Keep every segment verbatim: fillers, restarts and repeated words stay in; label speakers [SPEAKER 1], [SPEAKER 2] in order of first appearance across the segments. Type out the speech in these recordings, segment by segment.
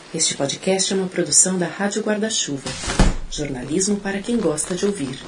[SPEAKER 1] Este podcast é uma produção da Rádio Guarda-Chuva. Jornalismo para quem gosta de ouvir.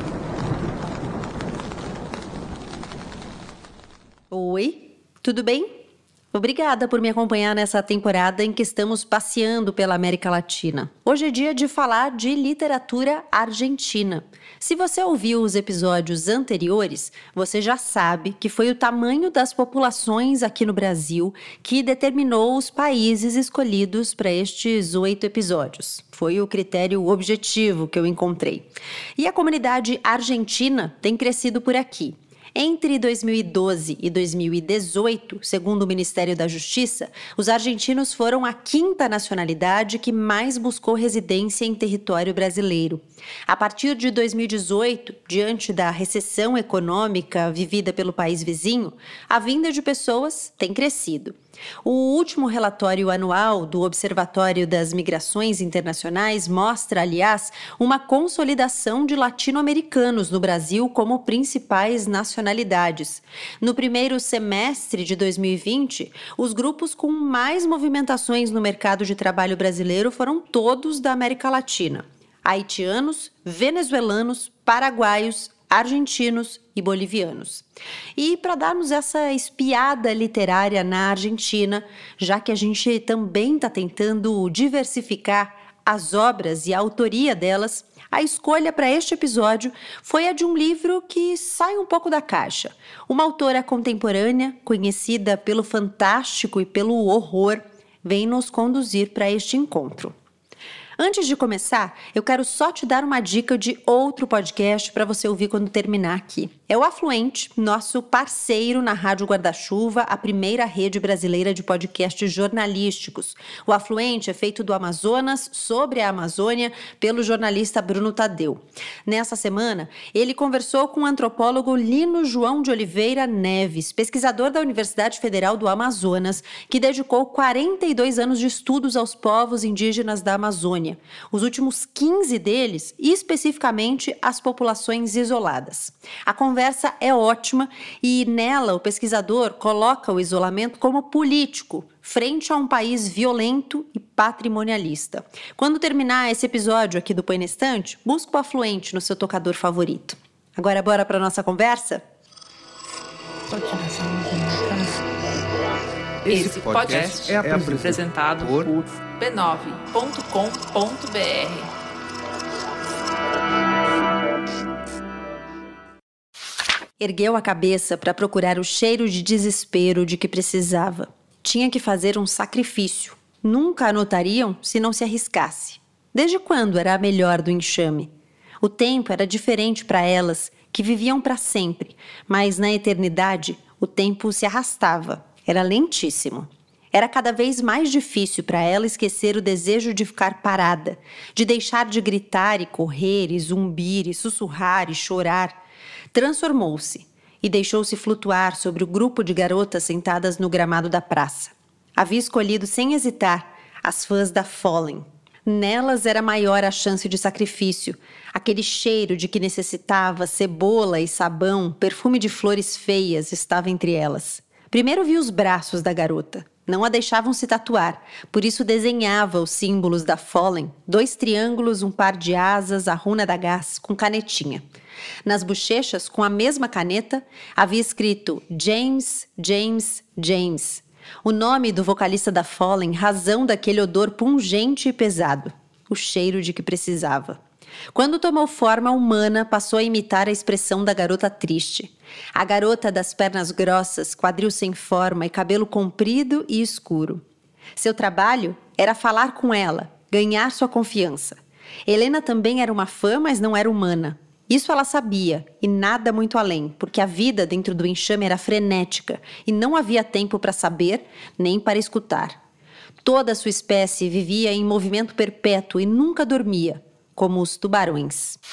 [SPEAKER 2] Oi, tudo bem? Obrigada por me acompanhar nessa temporada em que estamos passeando pela América Latina. Hoje é dia de falar de literatura argentina. Se você ouviu os episódios anteriores, você já sabe que foi o tamanho das populações aqui no Brasil que determinou os países escolhidos para estes oito episódios. Foi o critério objetivo que eu encontrei. E a comunidade argentina tem crescido por aqui. Entre dois mil e doze e dois mil e dezoito, segundo o Ministério da Justiça, os argentinos foram a quinta nacionalidade que mais buscou residência em território brasileiro. A partir de dois mil e dezoito, diante da recessão econômica vivida pelo país vizinho, a vinda de pessoas tem crescido. O último relatório anual do Observatório das Migrações Internacionais mostra, aliás, uma consolidação de latino-americanos no Brasil como principais nacionalidades. No primeiro semestre de dois mil e vinte, os grupos com mais movimentações no mercado de trabalho brasileiro foram todos da América Latina: haitianos, venezuelanos, paraguaios, argentinos e bolivianos. E para darmos essa espiada literária na Argentina, já que a gente também está tentando diversificar as obras e a autoria delas, a escolha para este episódio foi a de um livro que sai um pouco da caixa. Uma autora contemporânea, conhecida pelo fantástico e pelo horror, vem nos conduzir para este encontro. Antes de começar, eu quero só te dar uma dica de outro podcast para você ouvir quando terminar aqui. É o Afluente, nosso parceiro na Rádio Guarda-Chuva, a primeira rede brasileira de podcasts jornalísticos. O Afluente é feito do Amazonas, sobre a Amazônia, pelo jornalista Bruno Tadeu. Nessa semana, ele conversou com o antropólogo Lino João de Oliveira Neves, pesquisador da Universidade Federal do Amazonas, que dedicou quarenta e dois anos de estudos aos povos indígenas da Amazônia. Os últimos quinze deles, especificamente as populações isoladas. A conversa é ótima e nela o pesquisador coloca o isolamento como político, frente a um país violento e patrimonialista. Quando terminar esse episódio aqui do Põe na Estante, busca o Afluente no seu tocador favorito. Agora bora para nossa conversa?
[SPEAKER 3] Esse podcast é apresentado por b nove ponto com ponto b r.
[SPEAKER 2] Ergueu a cabeça para procurar o cheiro de desespero de que precisava. Tinha que fazer um sacrifício. Nunca a notariam se não se arriscasse. Desde quando era a melhor do enxame? O tempo era diferente para elas, que viviam para sempre, mas na eternidade o tempo se arrastava. Era lentíssimo. Era cada vez mais difícil para ela esquecer o desejo de ficar parada, de deixar de gritar e correr, e zumbir, e sussurrar e chorar. Transformou-se e deixou-se flutuar sobre o grupo de garotas sentadas no gramado da praça. Havia escolhido sem hesitar as fãs da Fallen. Nelas era maior a chance de sacrifício. Aquele cheiro de que necessitava cebola e sabão, perfume de flores feias estava entre elas. Primeiro vi os braços da garota. Não a deixavam se tatuar, por isso desenhava os símbolos da Fallen, dois triângulos, um par de asas, a runa da gás, com canetinha. Nas bochechas, com a mesma caneta, havia escrito James, James, James. O nome do vocalista da Fallen, razão daquele odor pungente e pesado. O cheiro de que precisava. Quando tomou forma humana, passou a imitar a expressão da garota triste. A garota das pernas grossas, quadril sem forma e cabelo comprido e escuro. Seu trabalho era falar com ela, ganhar sua confiança. Helena também era uma fã, mas não era humana. Isso ela sabia, e nada muito além, porque a vida dentro do enxame era frenética e não havia tempo para saber nem para escutar. Toda a sua espécie vivia em movimento perpétuo e nunca dormia, como os tubarões.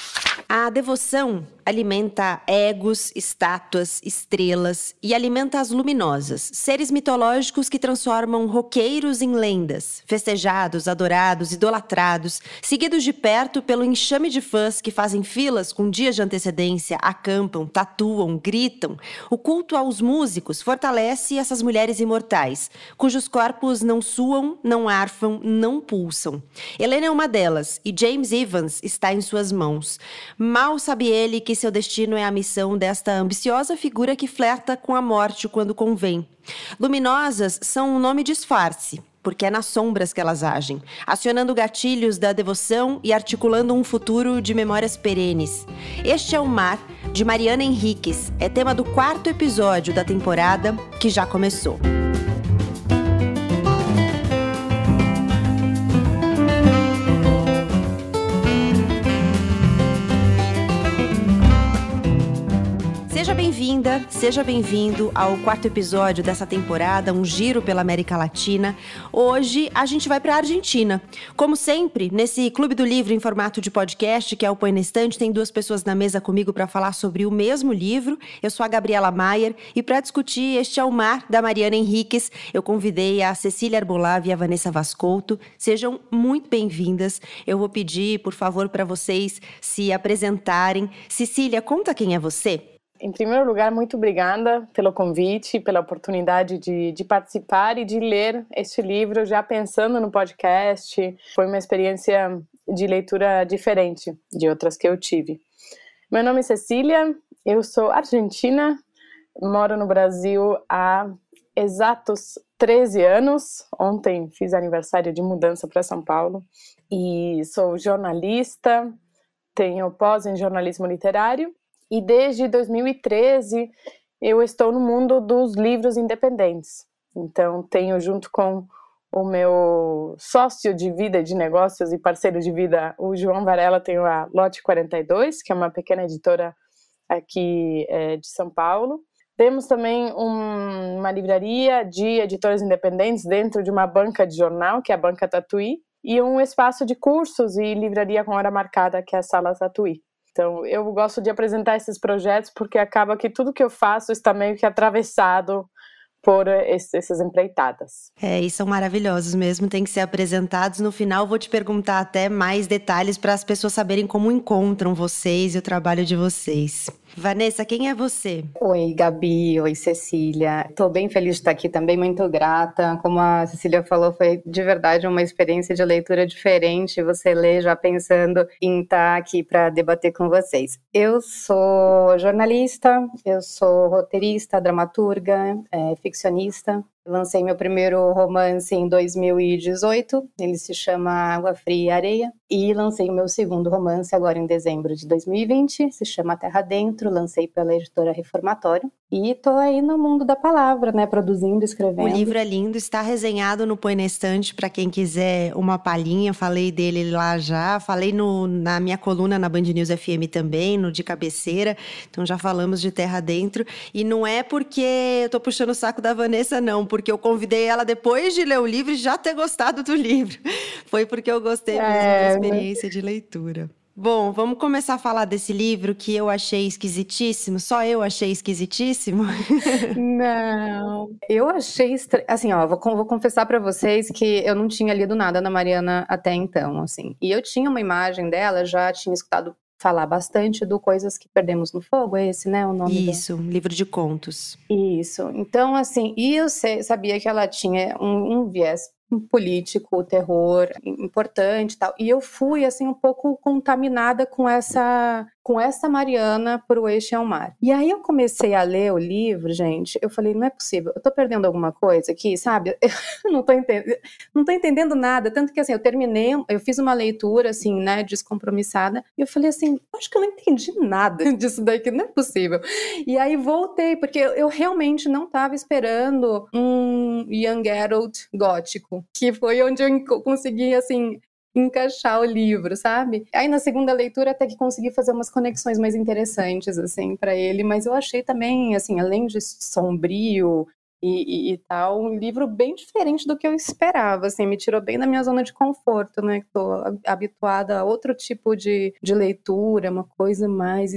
[SPEAKER 2] A devoção alimenta egos, estátuas, estrelas e alimenta as luminosas, seres mitológicos que transformam roqueiros em lendas, festejados, adorados, idolatrados, seguidos de perto pelo enxame de fãs que fazem filas com dias de antecedência, acampam, tatuam, gritam. O culto aos músicos fortalece essas mulheres imortais, cujos corpos não suam, não arfam, não pulsam. Helena é uma delas e James Evans está em suas mãos. Mal sabe ele que seu destino é a missão desta ambiciosa figura que flerta com a morte quando convém. Luminosas são um nome disfarce, porque é nas sombras que elas agem, acionando gatilhos da devoção e articulando um futuro de memórias perenes. Este é o Mar, de Mariana Enríquez, é tema do quarto episódio da temporada que já começou. Seja bem-vinda, seja bem-vindo ao quarto episódio dessa temporada, um giro pela América Latina. Hoje a gente vai para a Argentina. Como sempre, nesse Clube do Livro em formato de podcast, que é o Põe na Estante, tem duas pessoas na mesa comigo para falar sobre o mesmo livro. Eu sou a Gabriela Maier e para discutir Este é o Mar, da Mariana Enríquez, eu convidei a Cecília Arbolave e a Vanessa Vascolto. Sejam muito bem-vindas. Eu vou pedir, por favor, para vocês se apresentarem. Cecília, conta quem é você.
[SPEAKER 4] Em primeiro lugar, muito obrigada pelo convite, pela oportunidade de, de participar e de ler este livro, já pensando no podcast. Foi uma experiência de leitura diferente de outras que eu tive. Meu nome é Cecília, eu sou argentina, moro no Brasil há exatos treze anos. Ontem fiz aniversário de mudança para São Paulo e sou jornalista, tenho pós em jornalismo literário. E desde dois mil e treze eu estou no mundo dos livros independentes. Então tenho, junto com o meu sócio de vida, de negócios e parceiro de vida, o João Varela, tenho a Lote quarenta e dois, que é uma pequena editora aqui é, de São Paulo. Temos também um, uma livraria de editores independentes dentro de uma banca de jornal, que é a Banca Tatuí, e um espaço de cursos e livraria com hora marcada, que é a Sala Tatuí. Então, eu gosto de apresentar esses projetos porque acaba que tudo que eu faço está meio que atravessado por essas empreitadas.
[SPEAKER 2] É, e são maravilhosos mesmo, tem que ser apresentados. No final, vou te perguntar até mais detalhes para as pessoas saberem como encontram vocês e o trabalho de vocês. Vanessa, quem é você?
[SPEAKER 5] Oi, Gabi. Oi, Cecília. Estou bem feliz de estar aqui também, muito grata. Como a Cecília falou, foi de verdade uma experiência de leitura diferente. Você lê já pensando em estar aqui para debater com vocês. Eu sou jornalista, eu sou roteirista, dramaturga, é, ficcionista. Lancei meu primeiro romance em dois mil e dezoito, ele se chama Água Fria e Areia, e lancei o meu segundo romance agora em dezembro de dois mil e vinte, se chama Terra Dentro, lancei pela editora Reformatório, e tô aí no mundo da palavra, né, produzindo, escrevendo.
[SPEAKER 2] O livro é lindo, está resenhado no Põe na Estante para quem quiser uma palhinha, falei dele lá já, falei no, na minha coluna na Band News F M também, no De Cabeceira, então já falamos de Terra Dentro, e não é porque eu tô puxando o saco da Vanessa não, porque eu convidei ela depois de ler o livro e já ter gostado do livro. Foi porque eu gostei mesmo é, da experiência de leitura. Bom, vamos começar a falar desse livro que eu achei esquisitíssimo. Só eu achei esquisitíssimo?
[SPEAKER 5] Não, eu achei... Estra... Assim, ó, vou, vou confessar pra vocês que eu não tinha lido nada da Mariana até então, assim. E eu tinha uma imagem dela, já tinha escutado falar bastante do Coisas que Perdemos no Fogo, é esse, né, o nome?
[SPEAKER 2] Isso, do... livro de contos.
[SPEAKER 5] Isso, então assim, e eu sei, sabia que ela tinha um, um viés político, terror importante e tal, e eu fui assim um pouco contaminada com essa com essa Mariana por O Este é o Mar. E aí eu comecei a ler o livro, gente, eu falei, não é possível, eu tô perdendo alguma coisa aqui, sabe? Eu não tô entendendo, não tô entendendo nada, tanto que assim, eu terminei, eu fiz uma leitura assim, né, descompromissada, e eu falei assim, acho que eu não entendi nada disso daqui, não é possível. E aí voltei, porque eu, eu realmente não tava esperando um young adult gótico, que foi onde eu consegui, assim, encaixar o livro, sabe? Aí na segunda leitura até que consegui fazer umas conexões mais interessantes, assim, para ele, mas eu achei também, assim, além de sombrio e, e, e tal. Um livro bem diferente do que eu esperava, assim, me tirou bem da minha zona de conforto, né? Estou habituada a outro tipo de, de leitura, uma coisa mais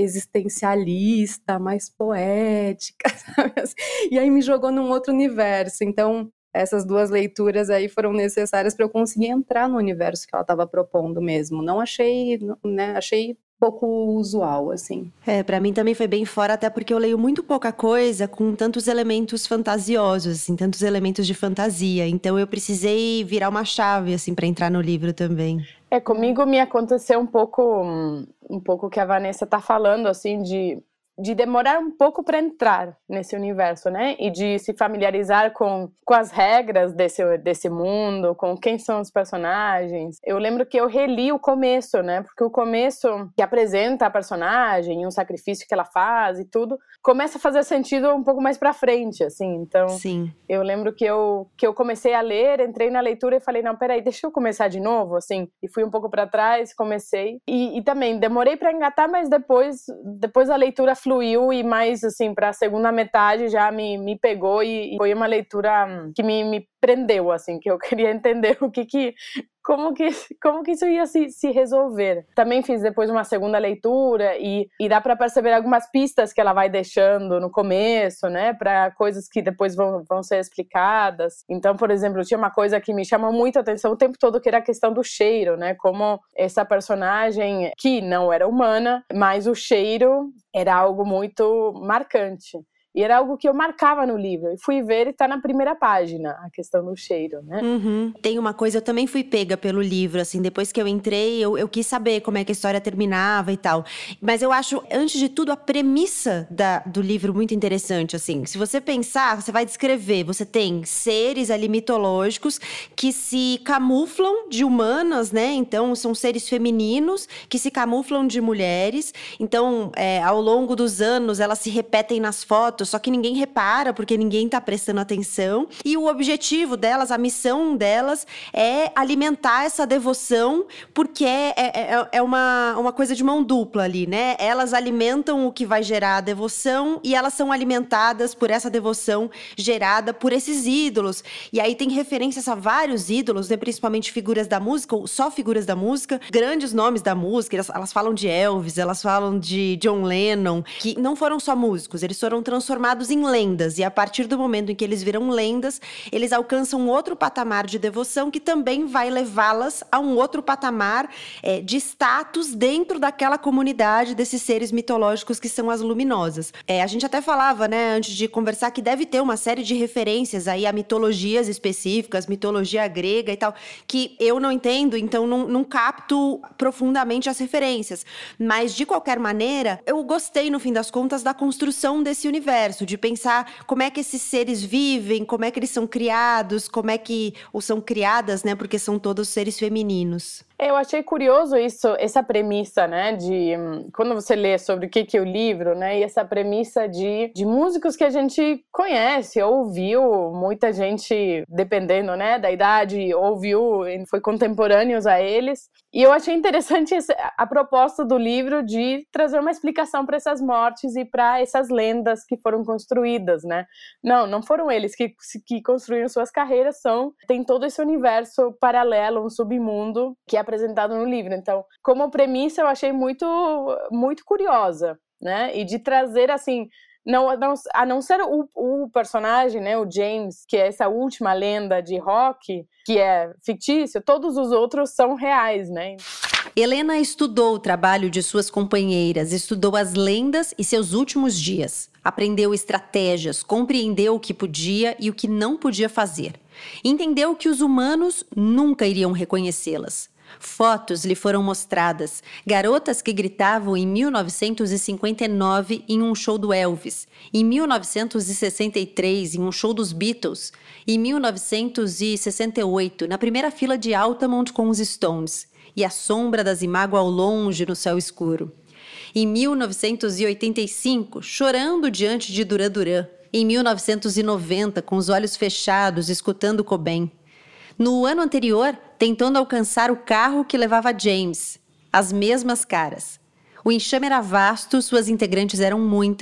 [SPEAKER 5] existencialista, mais poética, sabe? E aí me jogou num outro universo. Então, essas duas leituras aí foram necessárias para eu conseguir entrar no universo que ela estava propondo mesmo. Não achei, né? Achei pouco usual, assim.
[SPEAKER 2] É, pra mim também foi bem fora, até porque eu leio muito pouca coisa com tantos elementos fantasiosos, assim, tantos elementos de fantasia. Então eu precisei virar uma chave, assim, pra entrar no livro também.
[SPEAKER 4] É, comigo me aconteceu um pouco, um pouco o que a Vanessa tá falando, assim, de... de demorar um pouco para entrar nesse universo, né? E de se familiarizar com, com as regras desse, desse mundo, com quem são os personagens. Eu lembro que eu reli o começo, né? Porque o começo que apresenta a personagem, o sacrifício que ela faz e tudo, começa a fazer sentido um pouco mais para frente, assim. Então,
[SPEAKER 2] Sim.
[SPEAKER 4] Eu lembro que eu, que eu comecei a ler, entrei na leitura e falei, não, peraí, deixa eu começar de novo, assim. E fui um pouco para trás, comecei. E, e também demorei para engatar, mas depois, depois a leitura fluiu e mais, assim, para a segunda metade já me, me pegou e, e foi uma leitura que me, me prendeu, assim, que eu queria entender o que que... Como que, como que isso ia se, se resolver. Também fiz depois uma segunda leitura e, e dá para perceber algumas pistas que ela vai deixando no começo, né, para coisas que depois vão, vão ser explicadas. Então, por exemplo, tinha uma coisa que me chamou muito a atenção o tempo todo, que era a questão do cheiro, né, como essa personagem, que não era humana, mas o cheiro era algo muito marcante. E era algo que eu marcava no livro. E fui ver e tá na primeira página, a questão do cheiro, né?
[SPEAKER 2] Uhum. Tem uma coisa, eu também fui pega pelo livro, assim, depois que eu entrei, eu, eu quis saber como é que a história terminava e tal. Mas eu acho, antes de tudo, a premissa da, do livro muito interessante, assim. Se você pensar, você vai descrever, você tem seres ali mitológicos que se camuflam de humanas, né? Então, são seres femininos que se camuflam de mulheres. Então, é, ao longo dos anos, elas se repetem nas fotos, só que ninguém repara, porque ninguém tá prestando atenção. E o objetivo delas, a missão delas é alimentar essa devoção, porque é, é, é uma, uma coisa de mão dupla ali, né? Elas alimentam o que vai gerar a devoção e elas são alimentadas por essa devoção gerada por esses ídolos. E aí tem referências a vários ídolos, né? Principalmente figuras da música, ou só figuras da música, grandes nomes da música. Elas, elas falam de Elvis, elas falam de John Lennon, que não foram só músicos, eles foram transformados transformados em lendas, e a partir do momento em que eles viram lendas, eles alcançam outro patamar de devoção que também vai levá-las a um outro patamar é, de status dentro daquela comunidade desses seres mitológicos que são as luminosas. É, a gente até falava, né, antes de conversar, que deve ter uma série de referências aí a mitologias específicas, mitologia grega e tal, que eu não entendo, então não, não capto profundamente as referências. Mas, de qualquer maneira, eu gostei, no fim das contas, da construção desse universo, de pensar como é que esses seres vivem, como é que eles são criados, como é que... ou são criadas, né? Porque são todos seres femininos.
[SPEAKER 4] Eu achei curioso isso, essa premissa, né, de quando você lê sobre o que que é o livro, né, e essa premissa de, de músicos que a gente conhece, ouviu, muita gente, dependendo, né, da idade, ouviu, foi contemporâneos a eles. E eu achei interessante a proposta do livro de trazer uma explicação para essas mortes e para essas lendas que foram construídas, né. Não, não foram eles que, que construíram suas carreiras, são, tem todo esse universo paralelo, um submundo que é apresentado no livro. Então, como premissa, eu achei muito, muito curiosa, né? E de trazer, assim, não, não, a não ser o, o personagem, né, o James, que é essa última lenda de rock, que é fictício, todos os outros são reais, né?
[SPEAKER 2] Helena estudou o trabalho de suas companheiras, estudou as lendas e seus últimos dias. Aprendeu estratégias, compreendeu o que podia e o que não podia fazer. Entendeu que os humanos nunca iriam reconhecê-las. Fotos lhe foram mostradas, garotas que gritavam em mil novecentos e cinquenta e nove em um show do Elvis, em mil novecentos e sessenta e três em um show dos Beatles, em mil novecentos e sessenta e oito na primeira fila de Altamont com os Stones, e a sombra das Imago ao longe no céu escuro. Em mil novecentos e oitenta e cinco, chorando diante de Duran Duran, em mil novecentos e noventa com os olhos fechados escutando Cobain. No ano anterior, tentando alcançar o carro que levava James. As mesmas caras. O enxame era vasto, suas integrantes eram muitas,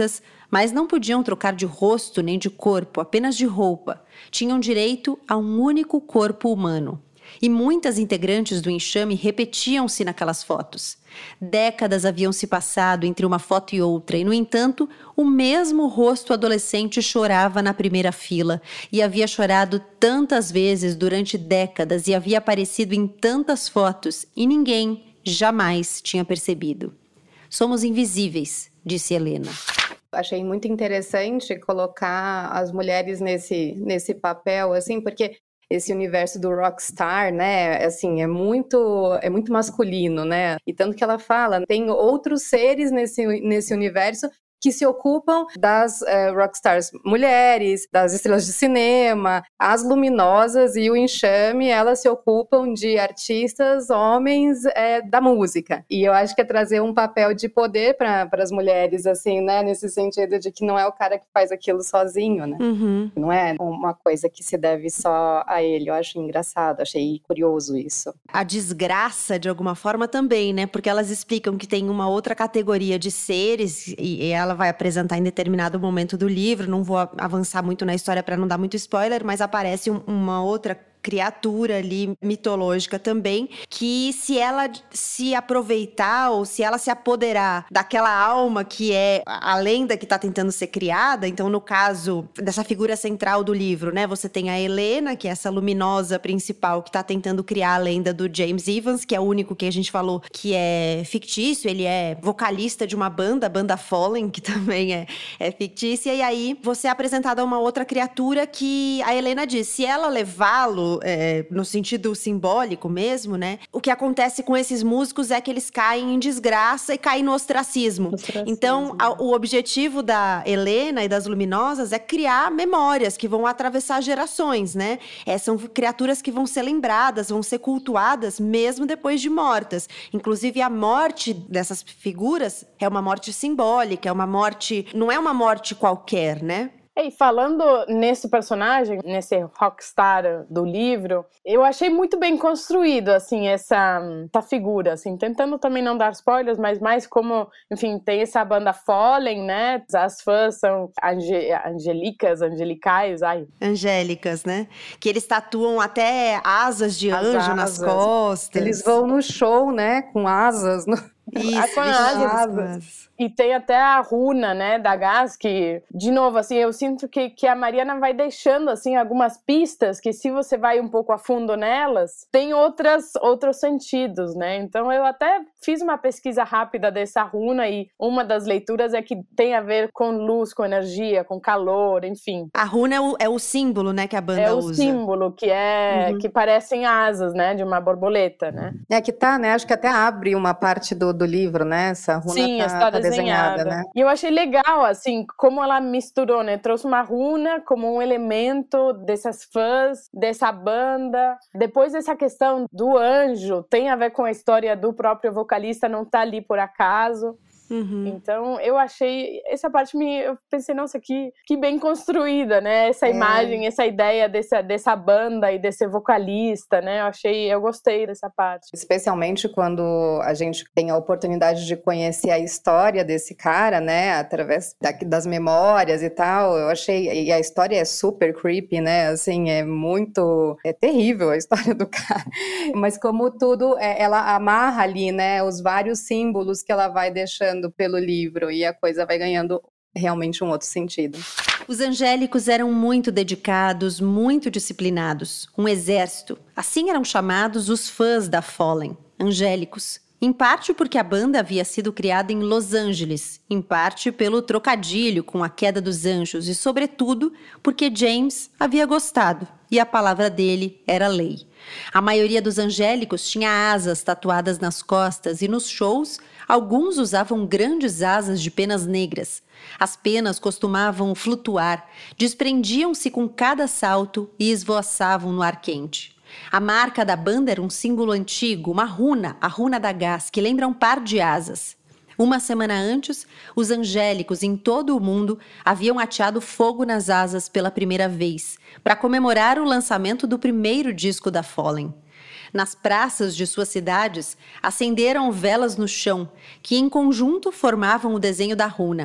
[SPEAKER 2] Mas não podiam trocar de rosto nem de corpo, apenas de roupa. Tinham direito a um único corpo humano. E muitas integrantes do enxame repetiam-se naquelas fotos. Décadas haviam se passado entre uma foto e outra, e, no entanto, o mesmo rosto adolescente chorava na primeira fila, e havia chorado tantas vezes durante décadas e havia aparecido em tantas fotos, e ninguém jamais tinha percebido. Somos invisíveis, disse Helena.
[SPEAKER 5] Achei muito interessante colocar as mulheres nesse, nesse papel, assim, porque esse universo do rockstar, né, assim, é muito, é muito masculino, né, e tanto que ela fala, tem outros seres nesse, nesse universo que se ocupam das uh, rockstars mulheres, das estrelas de cinema, as luminosas e o enxame, elas se ocupam de artistas homens é, da música. E eu acho que é trazer um papel de poder para as mulheres, assim, né, nesse sentido de que não é o cara que faz aquilo sozinho, né?
[SPEAKER 2] Uhum.
[SPEAKER 5] Não é uma coisa que se deve só a ele. Eu acho engraçado, achei curioso isso.
[SPEAKER 2] A desgraça, de alguma forma, também, né? Porque elas explicam que tem uma outra categoria de seres e ela vai apresentar em determinado momento do livro. Não vou avançar muito na história para não dar muito spoiler, mas aparece um, uma outra criatura ali mitológica também, que se ela se aproveitar ou se ela se apoderar daquela alma que é a lenda que está tentando ser criada, então no caso dessa figura central do livro, né, você tem a Helena, que é essa luminosa principal que está tentando criar a lenda do James Evans, que é o único que a gente falou que é fictício, ele é vocalista de uma banda, a banda Fallen, que também é, é fictícia, e aí você é apresentado a uma outra criatura que a Helena diz, se ela levá-lo É, no sentido simbólico mesmo, né? O que acontece com esses músicos é que eles caem em desgraça e caem no ostracismo. ostracismo. Então, a, o objetivo da Helena e das Luminosas é criar memórias que vão atravessar gerações, né? É, são criaturas que vão ser lembradas, vão ser cultuadas mesmo depois de mortas. Inclusive, a morte dessas figuras é uma morte simbólica, é uma morte... Não é uma morte qualquer, né?
[SPEAKER 4] E falando nesse personagem, nesse rockstar do livro, eu achei muito bem construído, assim, essa, essa figura, assim, tentando também não dar spoilers, mas mais como, enfim, tem essa banda Fallen, né, as fãs são ange, angelicas, angelicais, ai.
[SPEAKER 2] Angélicas, né, que eles tatuam até asas de
[SPEAKER 5] As
[SPEAKER 2] anjo
[SPEAKER 5] asas.
[SPEAKER 2] nas costas.
[SPEAKER 5] Eles vão no show, né, com asas, no...
[SPEAKER 2] Isso,
[SPEAKER 4] com asas. asas. E tem até a runa, né, da Gás, que, de novo, assim, eu sinto que, que a Mariana vai deixando, assim, algumas pistas que, se você vai um pouco a fundo nelas, tem outras, outros sentidos, né? Então, eu até fiz uma pesquisa rápida dessa runa e uma das leituras é que tem a ver com luz, com energia, com calor, enfim.
[SPEAKER 2] A runa é o, é o símbolo, né, que a banda usa.
[SPEAKER 4] É o
[SPEAKER 2] usa.
[SPEAKER 4] símbolo, que é, uhum. que parecem asas, né, de uma borboleta, né?
[SPEAKER 5] É que tá, né, acho que até abre uma parte do, do livro, né, essa runa.
[SPEAKER 4] Sim,
[SPEAKER 5] tá,
[SPEAKER 4] está
[SPEAKER 5] tá
[SPEAKER 4] desenhada. desenhada, né? E eu achei legal, assim, como ela misturou, né, trouxe uma runa como um elemento dessas fãs, dessa banda. Depois dessa questão do anjo, tem a ver com a história do próprio vocalista, não tá ali por acaso. Uhum. Então, eu achei... Essa parte, me, eu pensei, nossa, que, que bem construída, né? Essa é. imagem, essa ideia dessa, dessa banda e desse vocalista, né? Eu achei... Eu gostei dessa parte.
[SPEAKER 5] Especialmente quando a gente tem a oportunidade de conhecer a história desse cara, né? Através da, das memórias e tal. Eu achei... E a história é super creepy, né? Assim, é muito... É terrível a história do cara. Mas como tudo, ela amarra ali, né? Os vários símbolos que ela vai deixando pelo livro e a coisa vai ganhando realmente um outro sentido.
[SPEAKER 2] Os angélicos eram muito dedicados, muito disciplinados, um exército. Assim eram chamados os fãs da Fallen, angélicos. Em parte porque a banda havia sido criada em Los Angeles, em parte pelo trocadilho com a queda dos anjos e, sobretudo, porque James havia gostado e a palavra dele era lei. A maioria dos angélicos tinha asas tatuadas nas costas e nos shows, alguns usavam grandes asas de penas negras. As penas costumavam flutuar, desprendiam-se com cada salto e esvoaçavam no ar quente. A marca da banda era um símbolo antigo, uma runa, a runa da Gás, que lembra um par de asas. Uma semana antes, os angélicos em todo o mundo haviam ateado fogo nas asas pela primeira vez, para comemorar o lançamento do primeiro disco da Fallen. Nas praças de suas cidades, acenderam velas no chão, que em conjunto formavam o desenho da runa.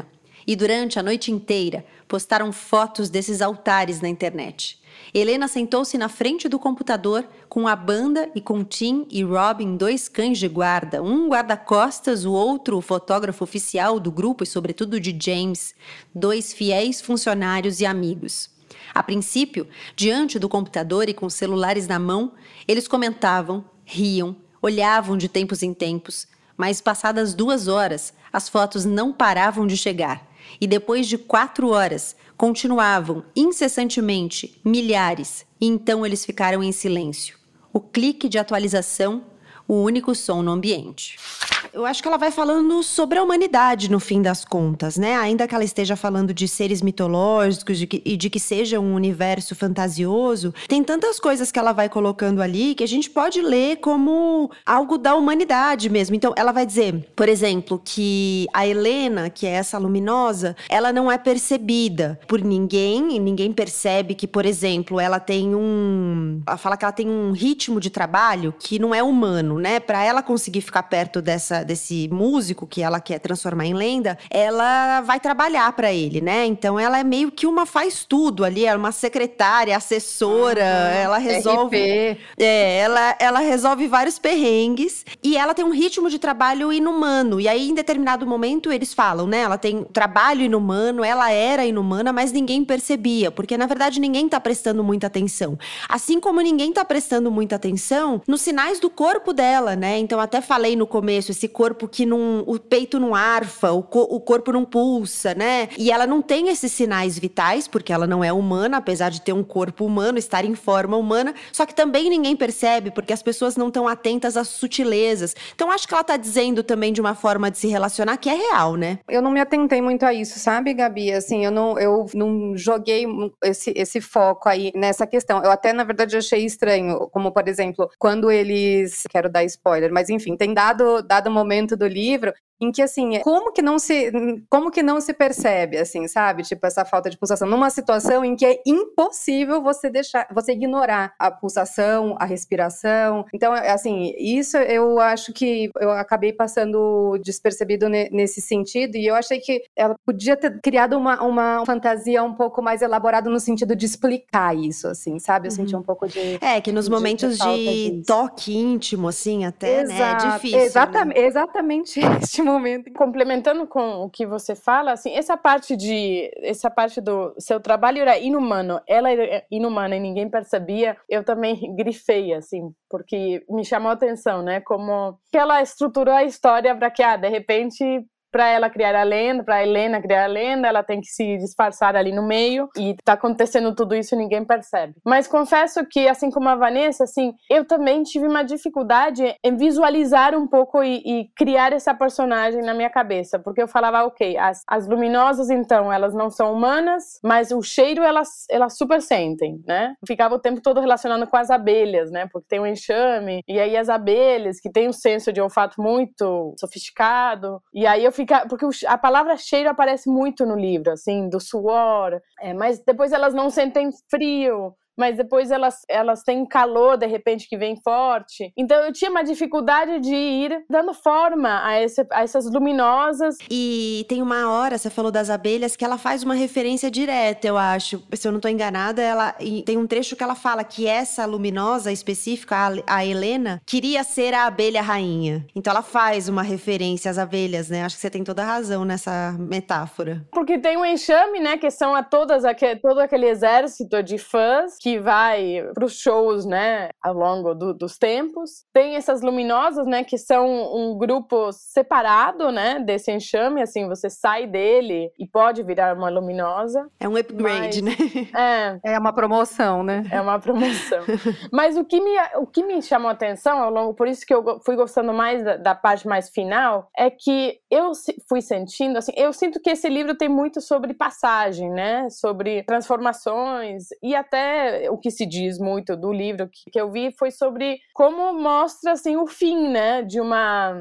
[SPEAKER 2] E durante a noite inteira, postaram fotos desses altares na internet. Helena sentou-se na frente do computador com a banda e com Tim e Robin, dois cães de guarda, um guarda-costas, o outro o fotógrafo oficial do grupo e sobretudo de James, dois fiéis funcionários e amigos. A princípio, diante do computador e com celulares na mão, eles comentavam, riam, olhavam de tempos em tempos, mas passadas duas horas, as fotos não paravam de chegar. E depois de quatro horas, continuavam incessantemente milhares, e então eles ficaram em silêncio. O clique de atualização, o único som no ambiente. Eu acho que ela vai falando sobre a humanidade, no fim das contas, né? Ainda que ela esteja falando de seres mitológicos de que, e de que seja um universo fantasioso, tem tantas coisas que ela vai colocando ali que a gente pode ler como algo da humanidade mesmo. Então, ela vai dizer, por exemplo, que a Helena, que é essa luminosa, ela não é percebida por ninguém, e ninguém percebe que, por exemplo, ela tem um... Ela fala que ela tem um ritmo de trabalho que não é humano, né? Para ela conseguir ficar perto dessa desse músico que ela quer transformar em lenda, ela vai trabalhar para ele, né? Então ela é meio que uma faz tudo ali, é uma secretária, assessora, uhum, ela resolve... R P. É, ela, ela resolve vários perrengues e ela tem um ritmo de trabalho inumano. E aí, em determinado momento, eles falam, né? Ela tem trabalho inumano, ela era inumana, mas ninguém percebia, porque, na verdade, ninguém tá prestando muita atenção. Assim como ninguém tá prestando muita atenção nos sinais do corpo dela, né? Então, até falei no começo, esse corpo que não, o peito não arfa, o, co, o corpo não pulsa, né? E ela não tem esses sinais vitais, porque ela não é humana, apesar de ter um corpo humano, estar em forma humana, só que também ninguém percebe, porque as pessoas não estão atentas às sutilezas. Então, acho que ela tá dizendo também de uma forma de se relacionar que é real, né?
[SPEAKER 5] Eu não me atentei muito a isso, sabe, Gabi? Assim, eu não, eu não joguei esse, esse foco aí nessa questão. Eu até, na verdade, achei estranho, como, por exemplo, quando eles... Quero dar spoiler, mas enfim, tem dado, dado momento do livro em que, assim, como que não se, como que não se percebe, assim, sabe? Tipo, essa falta de pulsação. Numa situação em que é impossível você deixar, você ignorar a pulsação, a respiração. Então, assim, isso eu acho que eu acabei passando despercebido ne, nesse sentido, e eu achei que ela podia ter criado uma, uma fantasia um pouco mais elaborada no sentido de explicar isso, assim, sabe? Eu uhum. senti um pouco de...
[SPEAKER 2] É, que nos de, momentos de, de toque íntimo, assim, até, Exato, né? É difícil.
[SPEAKER 5] Exatamente,
[SPEAKER 2] né?
[SPEAKER 5] exatamente este momento.
[SPEAKER 4] Complementando com o que você fala, assim, essa parte de, essa parte do seu trabalho era inumano, ela era inumana e ninguém percebia, eu também grifei, assim, porque me chamou a atenção, né, como que ela estruturou a história para que, ah, de repente... para ela criar a lenda, para a Helena criar a lenda, ela tem que se disfarçar ali no meio e tá acontecendo tudo isso e ninguém percebe. Mas confesso que, assim como a Vanessa, assim, eu também tive uma dificuldade em visualizar um pouco e, e criar essa personagem na minha cabeça, porque eu falava, ok, as, as luminosas, então, elas não são humanas, mas o cheiro elas, elas super sentem, né? Ficava o tempo todo relacionando com as abelhas, né? Porque tem um enxame, e aí as abelhas, que tem um senso de olfato muito sofisticado, e aí eu fiquei porque a palavra cheiro aparece muito no livro, assim, do suor, é, mas depois elas não sentem frio, mas depois elas, elas têm calor, de repente, que vem forte. Então eu tinha uma dificuldade de ir dando forma a, esse, a essas luminosas.
[SPEAKER 2] E tem uma hora, você falou das abelhas, que ela faz uma referência direta, eu acho. Se eu não tô enganada, ela, e tem um trecho que ela fala que essa luminosa específica, a, a Helena, queria ser a abelha rainha. Então ela faz uma referência às abelhas, né? Acho que você tem toda a razão nessa metáfora.
[SPEAKER 4] Porque tem um enxame, né? Que são a todas, aquele, todo aquele exército de fãs que vai para os shows, né, ao longo do, dos tempos. Tem essas luminosas, né, que são um grupo separado, né, desse enxame, assim, você sai dele e pode virar uma luminosa.
[SPEAKER 2] É um upgrade, mas,
[SPEAKER 5] né? É. É uma promoção, né?
[SPEAKER 4] É uma promoção. Mas o que me, o que me chamou a atenção ao longo, por isso que eu fui gostando mais da, da parte mais final, é que eu fui sentindo, assim, eu sinto que esse livro tem muito sobre passagem, né, sobre transformações e até o que se diz muito do livro que, que eu vi foi sobre como mostra, assim, o fim, né, de uma...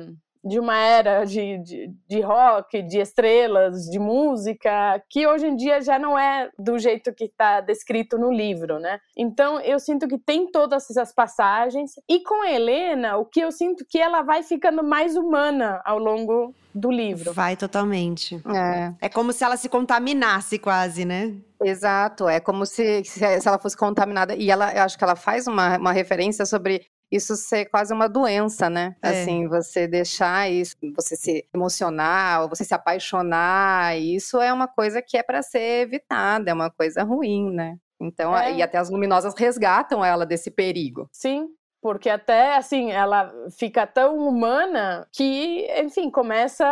[SPEAKER 4] de uma era de, de, de rock, de estrelas, de música, que hoje em dia já não é do jeito que está descrito no livro, né? Então eu sinto que tem todas essas passagens, e com a Helena, o que eu sinto que ela vai ficando mais humana ao longo do livro.
[SPEAKER 2] Vai totalmente.
[SPEAKER 5] É.
[SPEAKER 2] É como se ela se contaminasse quase, né?
[SPEAKER 5] Exato, é como se, se ela fosse contaminada. E ela, eu acho que ela faz uma, uma referência sobre isso ser quase uma doença, né?
[SPEAKER 2] É.
[SPEAKER 5] Assim, você deixar isso, você se emocionar, ou você se apaixonar, isso é uma coisa que é para ser evitada, é uma coisa ruim, né? Então,
[SPEAKER 4] É.
[SPEAKER 5] e até as luminosas resgatam ela desse perigo.
[SPEAKER 4] Sim. Porque até, assim, ela fica tão humana que, enfim, começa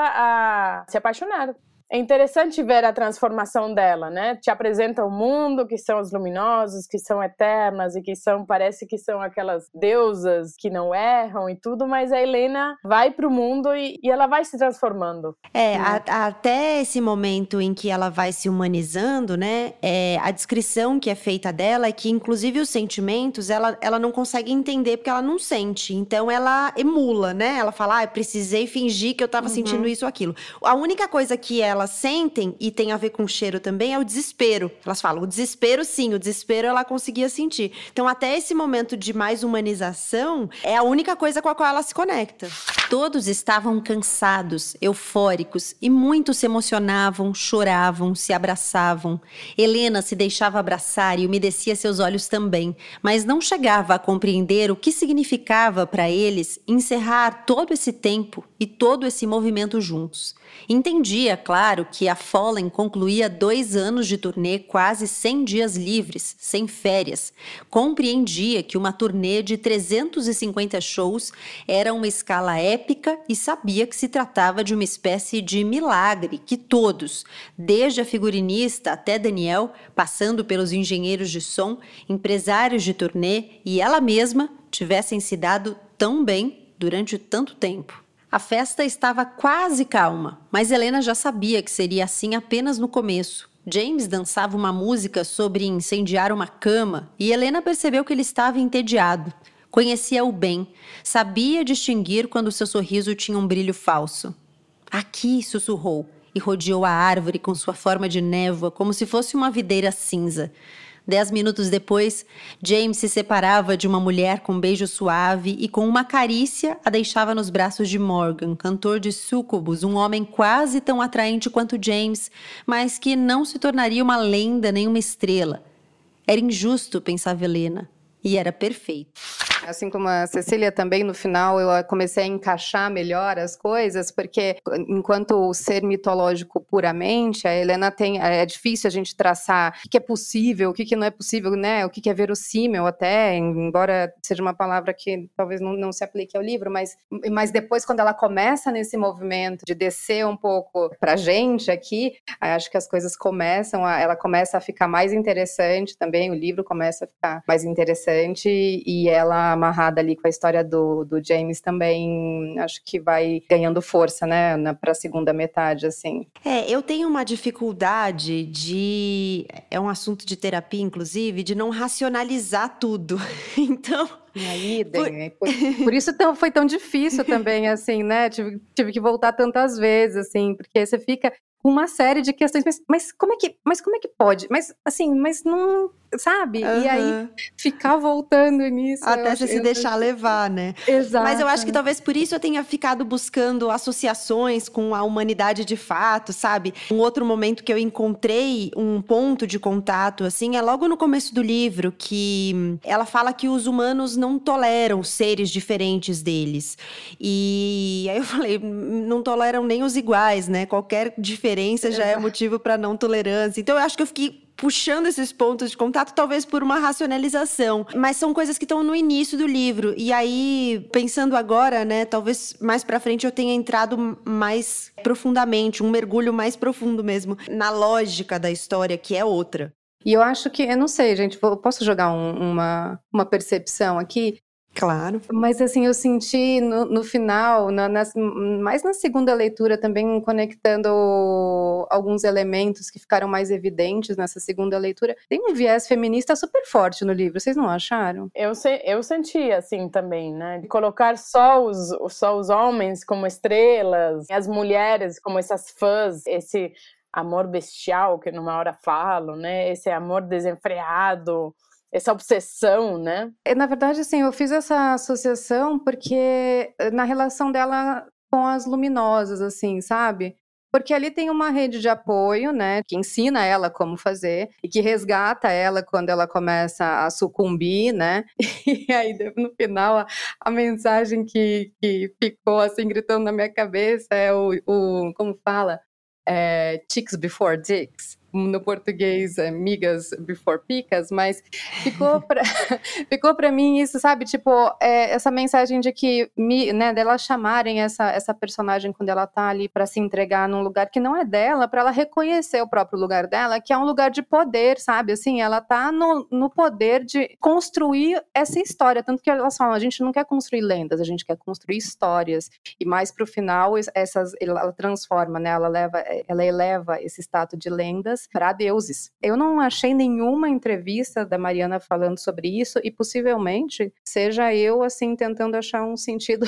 [SPEAKER 4] a se apaixonar. É interessante ver a transformação dela, né? Te apresenta o mundo, que são os luminosos, que são eternas e que são, parece que são aquelas deusas que não erram e tudo, mas a Helena vai pro mundo e, e ela vai se transformando.
[SPEAKER 2] É, a, a, até esse momento em que ela vai se humanizando, né? É, a descrição que é feita dela é que, inclusive, os sentimentos, ela, ela não consegue entender porque ela não sente. Então, ela emula, né? Ela fala, ah, eu precisei fingir que eu tava uhum. sentindo isso ou aquilo. A única coisa que ela elas sentem, e tem a ver com o cheiro também, é o desespero. Elas falam, o desespero sim, o desespero ela conseguia sentir. Então, até esse momento de mais humanização, é a única coisa com a qual ela se conecta. Todos estavam cansados, eufóricos, e muitos se emocionavam, choravam, se abraçavam. Helena se deixava abraçar e umedecia seus olhos também, mas não chegava a compreender o que significava para eles encerrar todo esse tempo e todo esse movimento juntos. Entendia, claro, que a Fallen concluía dois anos de turnê quase cem dias livres, sem férias. Compreendia que uma turnê de trezentos e cinquenta shows era uma escala épica e sabia que se tratava de uma espécie de milagre que todos, desde a figurinista até Daniel, passando pelos engenheiros de som, empresários de turnê e ela mesma, tivessem se dado tão bem durante tanto tempo. A festa estava quase calma, mas Helena já sabia que seria assim apenas no começo. James dançava uma música sobre incendiar uma cama e Helena percebeu que ele estava entediado. Conhecia-o bem, sabia distinguir quando seu sorriso tinha um brilho falso. Aqui, sussurrou, e rodeou a árvore com sua forma de névoa como se fosse uma videira cinza. Dez minutos depois, James se separava de uma mulher com um beijo suave e com uma carícia a deixava nos braços de Morgan, cantor de Sucubus, um homem quase tão atraente quanto James, mas que não se tornaria uma lenda nem uma estrela. Era injusto, pensava Helena, e era perfeito.
[SPEAKER 5] Assim como a Cecília também, no final, eu comecei a encaixar melhor as coisas, porque enquanto o ser mitológico puramente, a Helena tem, é difícil a gente traçar o que é possível, o que não é possível, né? O que é verossímil até, embora seja uma palavra que talvez não, não se aplique ao livro, mas, mas depois, quando ela começa nesse movimento de descer um pouco pra gente aqui, acho que as coisas começam, a, ela começa a ficar mais interessante também, o livro começa a ficar mais interessante e ela amarrada ali com a história do, do James também, acho que vai ganhando força, né, para a segunda metade, assim.
[SPEAKER 2] É, eu tenho uma dificuldade de, é um assunto de terapia, inclusive, de não racionalizar tudo, então...
[SPEAKER 5] E aí, por... Por, por isso tão, foi tão difícil também, assim, né, tive, tive que voltar tantas vezes, assim, porque você fica com uma série de questões, mas, mas, como é que, mas como é que pode? Mas, assim, mas não... Sabe? Uhum. E aí, ficar voltando nisso.
[SPEAKER 2] Até você se deixar levar, né?
[SPEAKER 5] Exato.
[SPEAKER 2] Mas eu acho que talvez por isso eu tenha ficado buscando associações com a humanidade de fato, sabe? Um outro momento que eu encontrei um ponto de contato, assim, é logo no começo do livro, que ela fala que os humanos não toleram seres diferentes deles. E aí eu falei, não toleram nem os iguais, né? Qualquer diferença já é motivo para não tolerância. Então eu acho que eu fiquei puxando esses pontos de contato, talvez por uma racionalização. Mas são coisas que estão no início do livro. E aí, pensando agora, né, talvez mais pra frente eu tenha entrado mais profundamente, um mergulho mais profundo mesmo, na lógica da história, que é outra.
[SPEAKER 5] E eu acho que, eu não sei, gente, eu posso jogar um, uma, uma percepção aqui?
[SPEAKER 2] Claro.
[SPEAKER 5] Mas assim, eu senti no, no final, na, na, mais na segunda leitura também, conectando alguns elementos que ficaram mais evidentes nessa segunda leitura, tem um viés feminista super forte no livro, vocês não acharam?
[SPEAKER 4] Eu, se, eu senti assim também, né? De colocar só os, só os homens como estrelas, as mulheres como essas fãs, esse amor bestial que numa hora falo, né? Esse amor desenfreado, essa obsessão, né?
[SPEAKER 5] Na verdade, assim, eu fiz essa associação porque na relação dela com as luminosas, assim, sabe? Porque ali tem uma rede de apoio, né, que ensina ela como fazer e que resgata ela quando ela começa a sucumbir, né? E aí, no final, a, a mensagem que, que ficou, assim, gritando na minha cabeça é o, o como fala? É, chicks before dicks. No português, é migas before picas, mas ficou pra, ficou pra mim isso, sabe, tipo, é, essa mensagem de que, né, delas chamarem essa, essa personagem quando ela tá ali pra se entregar num lugar que não é dela, pra ela reconhecer o próprio lugar dela, que é um lugar de poder, sabe, assim, ela tá no, no poder de construir essa história, tanto que elas falam, a gente não quer construir lendas, a gente quer construir histórias, e mais pro final, essas, ela transforma, né, ela, leva, ela eleva esse status de lendas para deuses. Eu não achei nenhuma entrevista da Mariana falando sobre isso e possivelmente seja eu, assim, tentando achar um sentido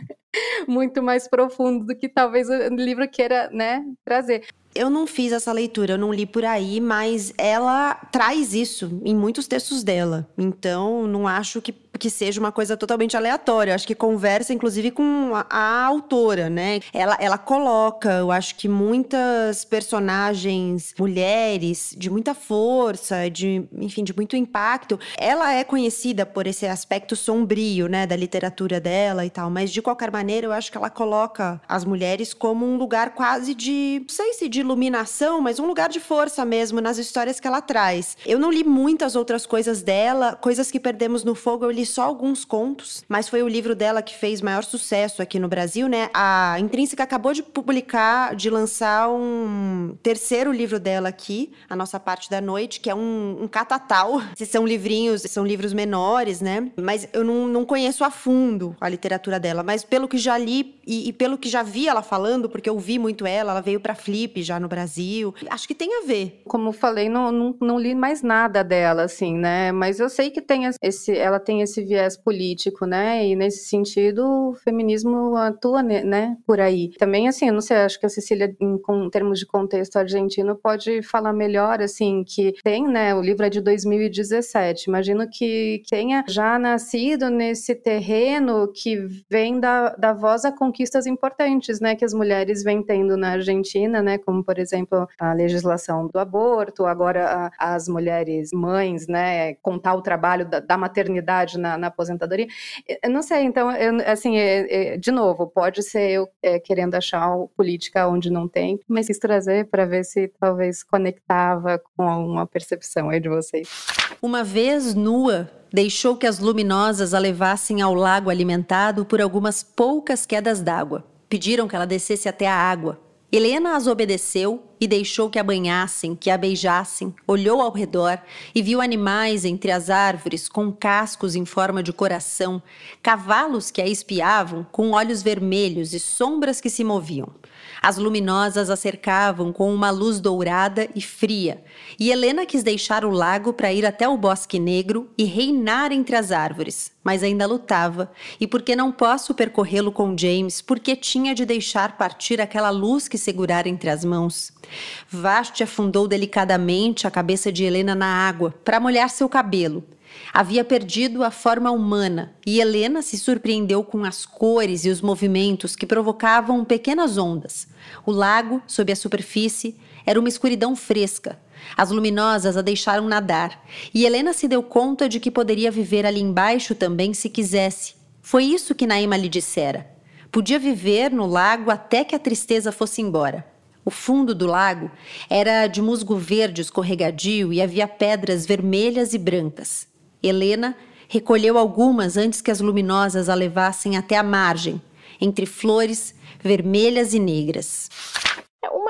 [SPEAKER 5] muito mais profundo do que talvez o livro queira, né, trazer.
[SPEAKER 2] Eu não fiz essa leitura, eu não li por aí, mas ela traz isso em muitos textos dela. Então, não acho que, que seja uma coisa totalmente aleatória. Eu acho que conversa, inclusive, com a, a autora, né? Ela, ela coloca, eu acho que muitas personagens, mulheres, de muita força, de, enfim, de muito impacto. Ela é conhecida por esse aspecto sombrio, né, da literatura dela e tal. Mas, de qualquer maneira, eu acho que ela coloca as mulheres como um lugar quase de, não sei se de iluminação, mas um lugar de força mesmo nas histórias que ela traz. Eu não li muitas outras coisas dela, Coisas que Perdemos no Fogo, eu li só alguns contos, mas foi o livro dela que fez maior sucesso aqui no Brasil, né? A Intrínseca acabou de publicar, de lançar um terceiro livro dela aqui, A Nossa Parte da Noite, que é um, um catatal. Esses são livrinhos, são livros menores, né? Mas eu não, não conheço a fundo a literatura dela, mas pelo que já li e, e pelo que já vi ela falando, porque eu vi muito ela, ela veio pra Flip já no Brasil. Acho que tem a ver.
[SPEAKER 5] Como eu falei, não, não, não li mais nada dela, assim, né? Mas eu sei que tem esse, ela tem esse viés político, né? E nesse sentido, o feminismo atua, né? Por aí. Também, assim, eu não sei, acho que a Cecília, em, em termos de contexto argentino, pode falar melhor, assim, que tem, né? O livro é de dois mil e dezessete. Imagino que tenha já nascido nesse terreno que vem da, da voz a conquistas importantes, né? Que as mulheres vêm tendo na Argentina, né? Como, por exemplo, a legislação do aborto, agora a, as mulheres mães, né, contar o trabalho da, da maternidade na, na aposentadoria. Eu não sei, então, eu, assim, é, é, de novo, pode ser eu é, querendo achar política onde não tem, mas quis trazer para ver se talvez conectava com uma percepção aí de vocês.
[SPEAKER 2] Uma vez nua, deixou que as luminosas a levassem ao lago alimentado por algumas poucas quedas d'água. Pediram que ela descesse até a água. Helena as obedeceu e deixou que a banhassem, que a beijassem, olhou ao redor e viu animais entre as árvores com cascos em forma de coração, cavalos que a espiavam com olhos vermelhos e sombras que se moviam. As luminosas a cercavam com uma luz dourada e fria, e Helena quis deixar o lago para ir até o bosque negro e reinar entre as árvores, mas ainda lutava, e porque não posso percorrê-lo com James, porque tinha de deixar partir aquela luz que segurara entre as mãos. Vashti afundou delicadamente a cabeça de Helena na água para molhar seu cabelo. Havia perdido a forma humana e Helena se surpreendeu com as cores e os movimentos que provocavam pequenas ondas. O lago, sob a superfície, era uma escuridão fresca. As luminosas a deixaram nadar e Helena se deu conta de que poderia viver ali embaixo também se quisesse. Foi isso que Naima lhe dissera. Podia viver no lago até que a tristeza fosse embora. O fundo do lago era de musgo verde escorregadio e havia pedras vermelhas e brancas. Helena recolheu algumas antes que as luminosas a levassem até a margem, entre flores vermelhas e negras.
[SPEAKER 4] Uma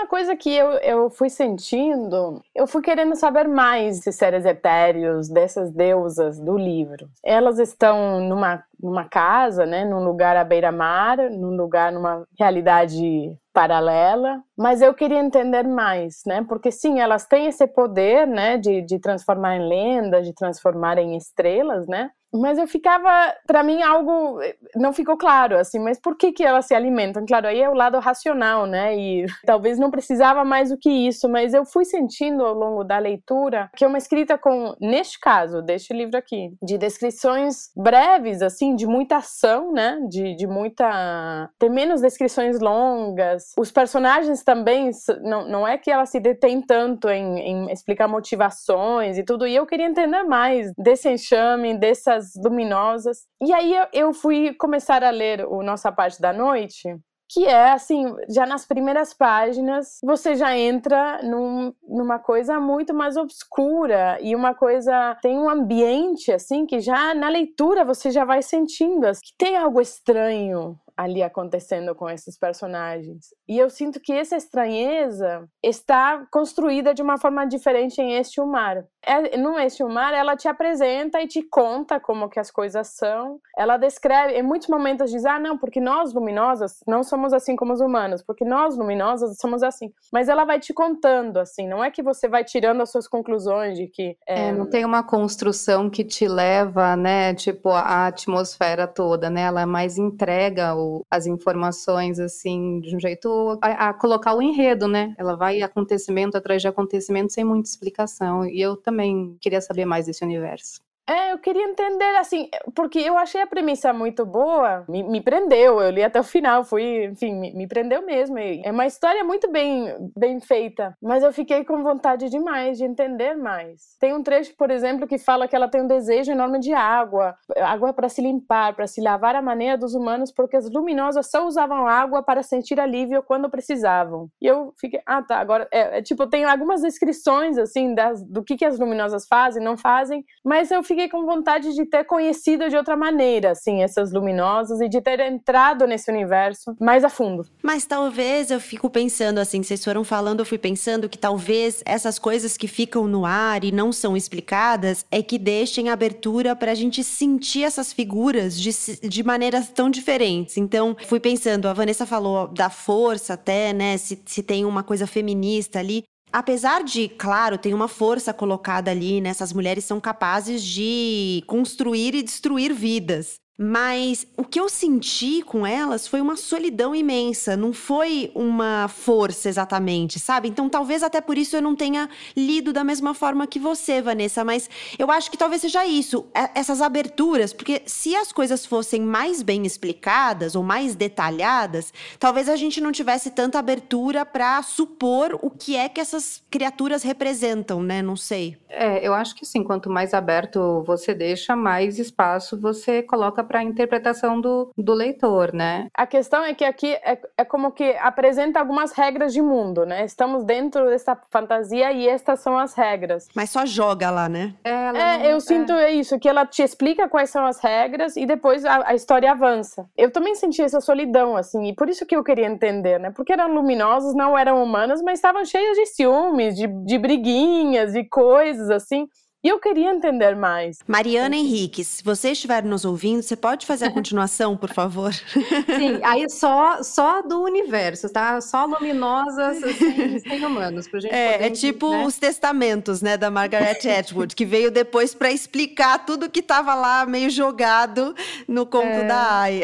[SPEAKER 4] coisa que eu, eu fui sentindo, eu fui querendo saber mais desses seres etéreos, dessas deusas do livro. Elas estão numa, numa casa, né, num lugar à beira-mar, num lugar, numa realidade paralela, mas eu queria entender mais, né, porque sim, elas têm esse poder, né, de, de transformar em lendas, de transformar em estrelas, né, mas eu ficava, para mim algo não ficou claro, assim, mas por que que elas se alimentam? Claro, aí é o lado racional, né, e talvez não precisava mais do que isso, mas eu fui sentindo ao longo da leitura que é uma escrita com, neste caso, deste livro aqui, de descrições breves, assim, de muita ação, né, de, de muita... tem menos descrições longas, os personagens também, não, não é que ela se detém tanto em, em explicar motivações e tudo, e eu queria entender mais desse enxame, dessas luminosas. E aí eu, eu fui começar a ler o Nossa Parte da Noite, que é, assim, já nas primeiras páginas, você já entra num, numa coisa muito mais obscura e uma coisa, tem um ambiente, assim, que já na leitura você já vai sentindo que tem algo estranho ali acontecendo com esses personagens. E eu sinto que essa estranheza está construída de uma forma diferente em Este o Mar. É, no Este o Mar, ela te apresenta e te conta como que as coisas são. Ela descreve, em muitos momentos diz, ah, não, porque nós luminosas não somos assim como os humanos, porque nós luminosas somos assim. Mas ela vai te contando, assim, não é que você vai tirando as suas conclusões de que... É,
[SPEAKER 5] é, não tem uma construção que te leva, né, tipo, a atmosfera toda, né, ela mais entrega o as informações, assim, de um jeito a, a colocar o enredo, né? Ela vai acontecimento atrás de acontecimento sem muita explicação. E eu também queria saber mais desse universo.
[SPEAKER 4] É, eu queria entender, assim, porque eu achei a premissa muito boa, me, me prendeu, eu li até o final, fui, enfim, me, me prendeu mesmo. É uma história muito bem, bem feita, mas eu fiquei com vontade demais de entender mais. Tem um trecho, por exemplo, que fala que ela tem um desejo enorme de água, água para se limpar, para se lavar à maneira dos humanos, porque as luminosas só usavam água para sentir alívio quando precisavam. E eu fiquei, ah tá, agora, é, é, tipo, tem algumas descrições, assim, das, do que, que as luminosas fazem, não fazem, mas eu fiquei com vontade de ter conhecido de outra maneira, assim, essas luminosas e de ter entrado nesse universo mais a fundo.
[SPEAKER 2] Mas talvez eu fico pensando, assim, vocês foram falando, eu fui pensando que talvez essas coisas que ficam no ar e não são explicadas é que deixem abertura pra gente sentir essas figuras de, de maneiras tão diferentes. Então, fui pensando, a Vanessa falou da força até, né, se, se tem uma coisa feminista ali. Apesar de, claro, tem uma força colocada ali, né? Essas mulheres são capazes de construir e destruir vidas. Mas o que eu senti com elas foi uma solidão imensa, não foi uma força exatamente, sabe? Então talvez até por isso eu não tenha lido da mesma forma que você, Vanessa, mas eu acho que talvez seja isso, essas aberturas, porque se as coisas fossem mais bem explicadas ou mais detalhadas, talvez a gente não tivesse tanta abertura para supor o que é que essas criaturas representam, né? Não sei.
[SPEAKER 5] É, eu acho que sim, quanto mais aberto você deixa, mais espaço você coloca para a interpretação do, do leitor, né?
[SPEAKER 4] A questão é que aqui é, é como que apresenta algumas regras de mundo, né? Estamos dentro dessa fantasia e estas são as regras.
[SPEAKER 2] Mas só joga lá, né?
[SPEAKER 4] É, não, eu é. sinto isso, que ela te explica quais são as regras e depois a, a história avança. Eu também senti essa solidão, assim, e por isso que eu queria entender, né? Porque eram luminosos, não eram humanas, mas estavam cheios de ciúmes, de, de briguinhas, de coisas, assim. E eu queria entender mais.
[SPEAKER 2] Mariana Henrique, se você estiver nos ouvindo, você pode fazer a continuação, por favor?
[SPEAKER 5] Sim, aí só, só do universo, tá? Só luminosas, assim, sem humanos. Pra gente
[SPEAKER 2] é,
[SPEAKER 5] poder,
[SPEAKER 2] é tipo,
[SPEAKER 5] né?
[SPEAKER 2] Os Testamentos, né, da Margaret Atwood, que veio depois para explicar tudo que estava lá meio jogado no conto é. da Aya.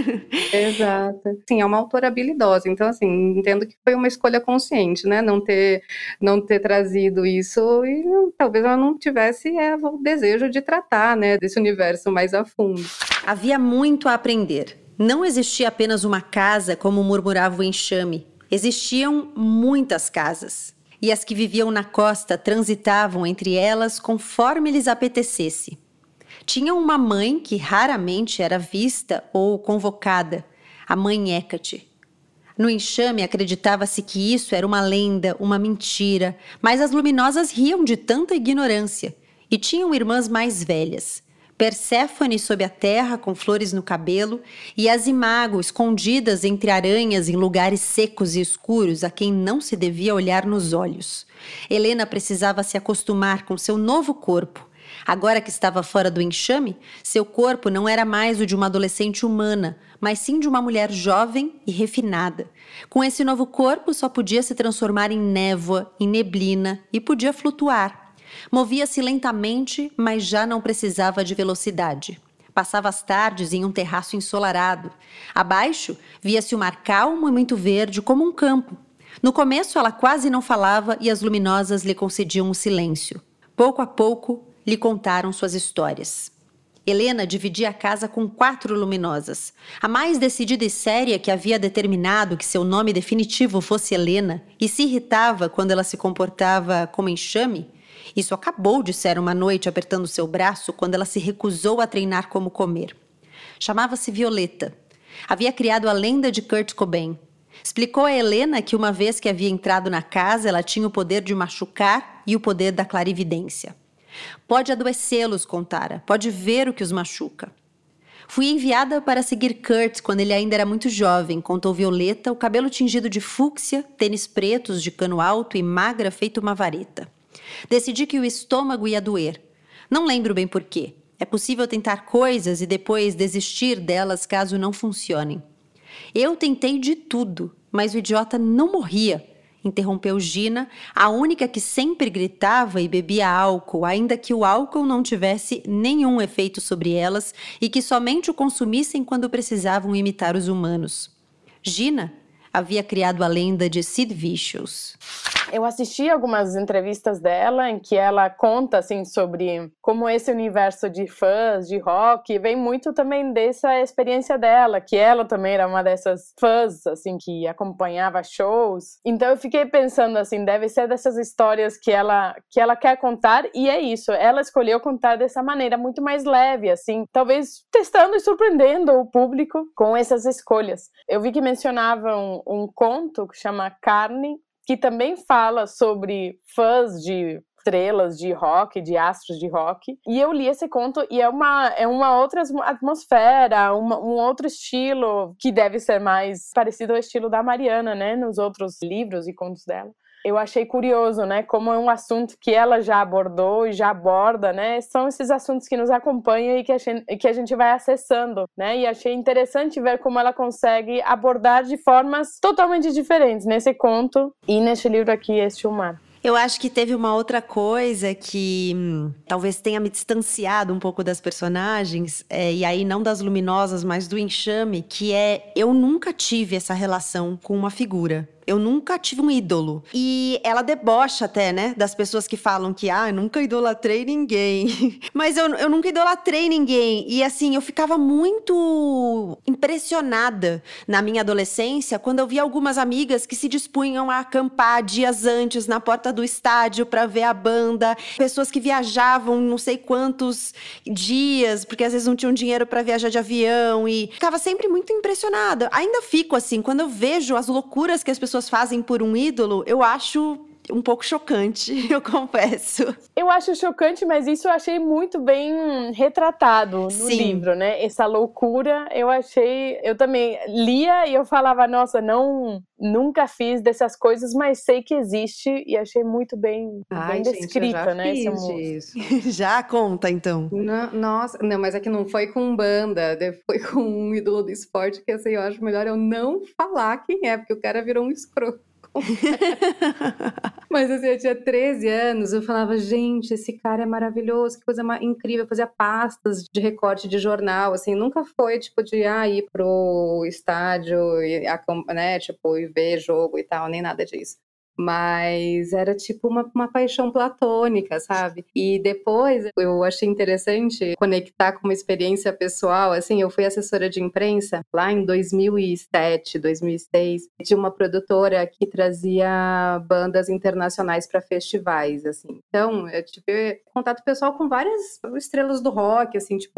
[SPEAKER 5] Exato. Sim, é uma autora habilidosa, então, assim, entendo que foi uma escolha consciente, né? Não ter, não ter trazido isso e talvez ela não tivesse É, o desejo de tratar, né, desse universo mais a fundo.
[SPEAKER 2] Havia muito a aprender. Não existia apenas uma casa, como murmurava o enxame. Existiam muitas casas. E as que viviam na costa transitavam entre elas conforme lhes apetecesse. Tinham uma mãe que raramente era vista ou convocada, a mãe Hecate. No enxame acreditava-se que isso era uma lenda, uma mentira, mas as luminosas riam de tanta ignorância e tinham irmãs mais velhas, Perséfone sob a terra com flores no cabelo e as Imago escondidas entre aranhas em lugares secos e escuros a quem não se devia olhar nos olhos. Helena precisava se acostumar com seu novo corpo. Agora que estava fora do enxame, seu corpo não era mais o de uma adolescente humana, mas sim de uma mulher jovem e refinada. Com esse novo corpo, só podia se transformar em névoa, em neblina e podia flutuar. Movia-se lentamente, mas já não precisava de velocidade. Passava as tardes em um terraço ensolarado. Abaixo, via-se o mar calmo e muito verde, como um campo. No começo, ela quase não falava e as luminosas lhe concediam o silêncio. Pouco a pouco, lhe contaram suas histórias. Helena dividia a casa com quatro luminosas. A mais decidida e séria, que havia determinado que seu nome definitivo fosse Helena e se irritava quando ela se comportava como enxame. Isso acabou, disseram uma noite apertando seu braço quando ela se recusou a treinar como comer. Chamava-se Violeta. Havia criado a lenda de Kurt Cobain. Explicou a Helena que uma vez que havia entrado na casa, ela tinha o poder de machucar e o poder da clarividência. Pode adoecê-los, contara, pode ver o que os machuca. Fui enviada para seguir Kurt quando ele ainda era muito jovem, contou Violeta, o cabelo tingido de fúcsia, tênis pretos de cano alto e magra feito uma vareta. Decidi que o estômago ia doer. Não lembro bem por quê. É possível tentar coisas e depois desistir delas caso não funcionem. Eu tentei de tudo, mas o idiota não morria, interrompeu Gina, a única que sempre gritava e bebia álcool, ainda que o álcool não tivesse nenhum efeito sobre elas e que somente o consumissem quando precisavam imitar os humanos. Gina havia criado a lenda de Sid Vicious.
[SPEAKER 4] Eu assisti algumas entrevistas dela em que ela conta assim, sobre como esse universo de fãs de rock vem muito também dessa experiência dela, que ela também era uma dessas fãs assim, que acompanhava shows. Então eu fiquei pensando assim, deve ser dessas histórias que ela, que ela quer contar, e é isso, ela escolheu contar dessa maneira muito mais leve, assim, talvez testando e surpreendendo o público com essas escolhas. Eu vi que mencionavam um conto que chama Carne, que também fala sobre fãs de estrelas de rock, de astros de rock. E eu li esse conto e é uma, é uma outra atmosfera, uma, um outro estilo que deve ser mais parecido ao estilo da Mariana, né? Nos outros livros e contos dela. Eu achei curioso, né? Como é um assunto que ela já abordou e já aborda, né? São esses assuntos que nos acompanham e que a gente, que a gente vai acessando, né? E achei interessante ver como ela consegue abordar de formas totalmente diferentes nesse conto e neste livro aqui, Este o Mar.
[SPEAKER 2] Eu acho que teve uma outra coisa que hum, talvez tenha me distanciado um pouco das personagens, é, e aí não das luminosas, mas do enxame, que é, eu nunca tive essa relação com uma figura. Eu nunca tive um ídolo. E ela debocha até, né? Das pessoas que falam que, ah, eu nunca idolatrei ninguém. Mas eu, eu nunca idolatrei ninguém. E assim, eu ficava muito impressionada na minha adolescência quando eu via algumas amigas que se dispunham a acampar dias antes na porta do estádio para ver a banda. Pessoas que viajavam não sei quantos dias, porque às vezes não tinham dinheiro para viajar de avião. E ficava sempre muito impressionada. Ainda fico assim, quando eu vejo as loucuras que as pessoas fazem por um ídolo, eu acho um pouco chocante, eu confesso.
[SPEAKER 4] Eu acho chocante, mas isso eu achei muito bem retratado no
[SPEAKER 2] Sim.
[SPEAKER 4] livro, né? Essa loucura, eu achei... Eu também lia e eu falava, nossa, não... Nunca fiz dessas coisas, mas sei que existe e achei muito bem,
[SPEAKER 5] Ai,
[SPEAKER 4] bem
[SPEAKER 5] gente,
[SPEAKER 4] descrita,
[SPEAKER 5] eu já
[SPEAKER 4] né?
[SPEAKER 5] fiz
[SPEAKER 4] Esse
[SPEAKER 5] disso.
[SPEAKER 2] Já conta, então.
[SPEAKER 5] Não, nossa, não, mas é que não foi com banda, foi com um ídolo do esporte que assim, eu acho melhor eu não falar quem é, porque o cara virou um escroto. Mas assim, eu tinha treze anos, eu falava, gente, esse cara é maravilhoso, que coisa incrível, eu fazia pastas de recorte de jornal, assim, nunca foi tipo de ah, ir pro estádio e, né, tipo, e ver jogo e tal, nem nada disso. Mas era tipo uma, uma paixão platônica, sabe? E depois eu achei interessante conectar com uma experiência pessoal, assim, eu fui assessora de imprensa lá em dois mil e sete, dois mil e seis, de uma produtora que trazia bandas internacionais para festivais, assim. Então, eu tive contato pessoal com várias estrelas do rock, assim, tipo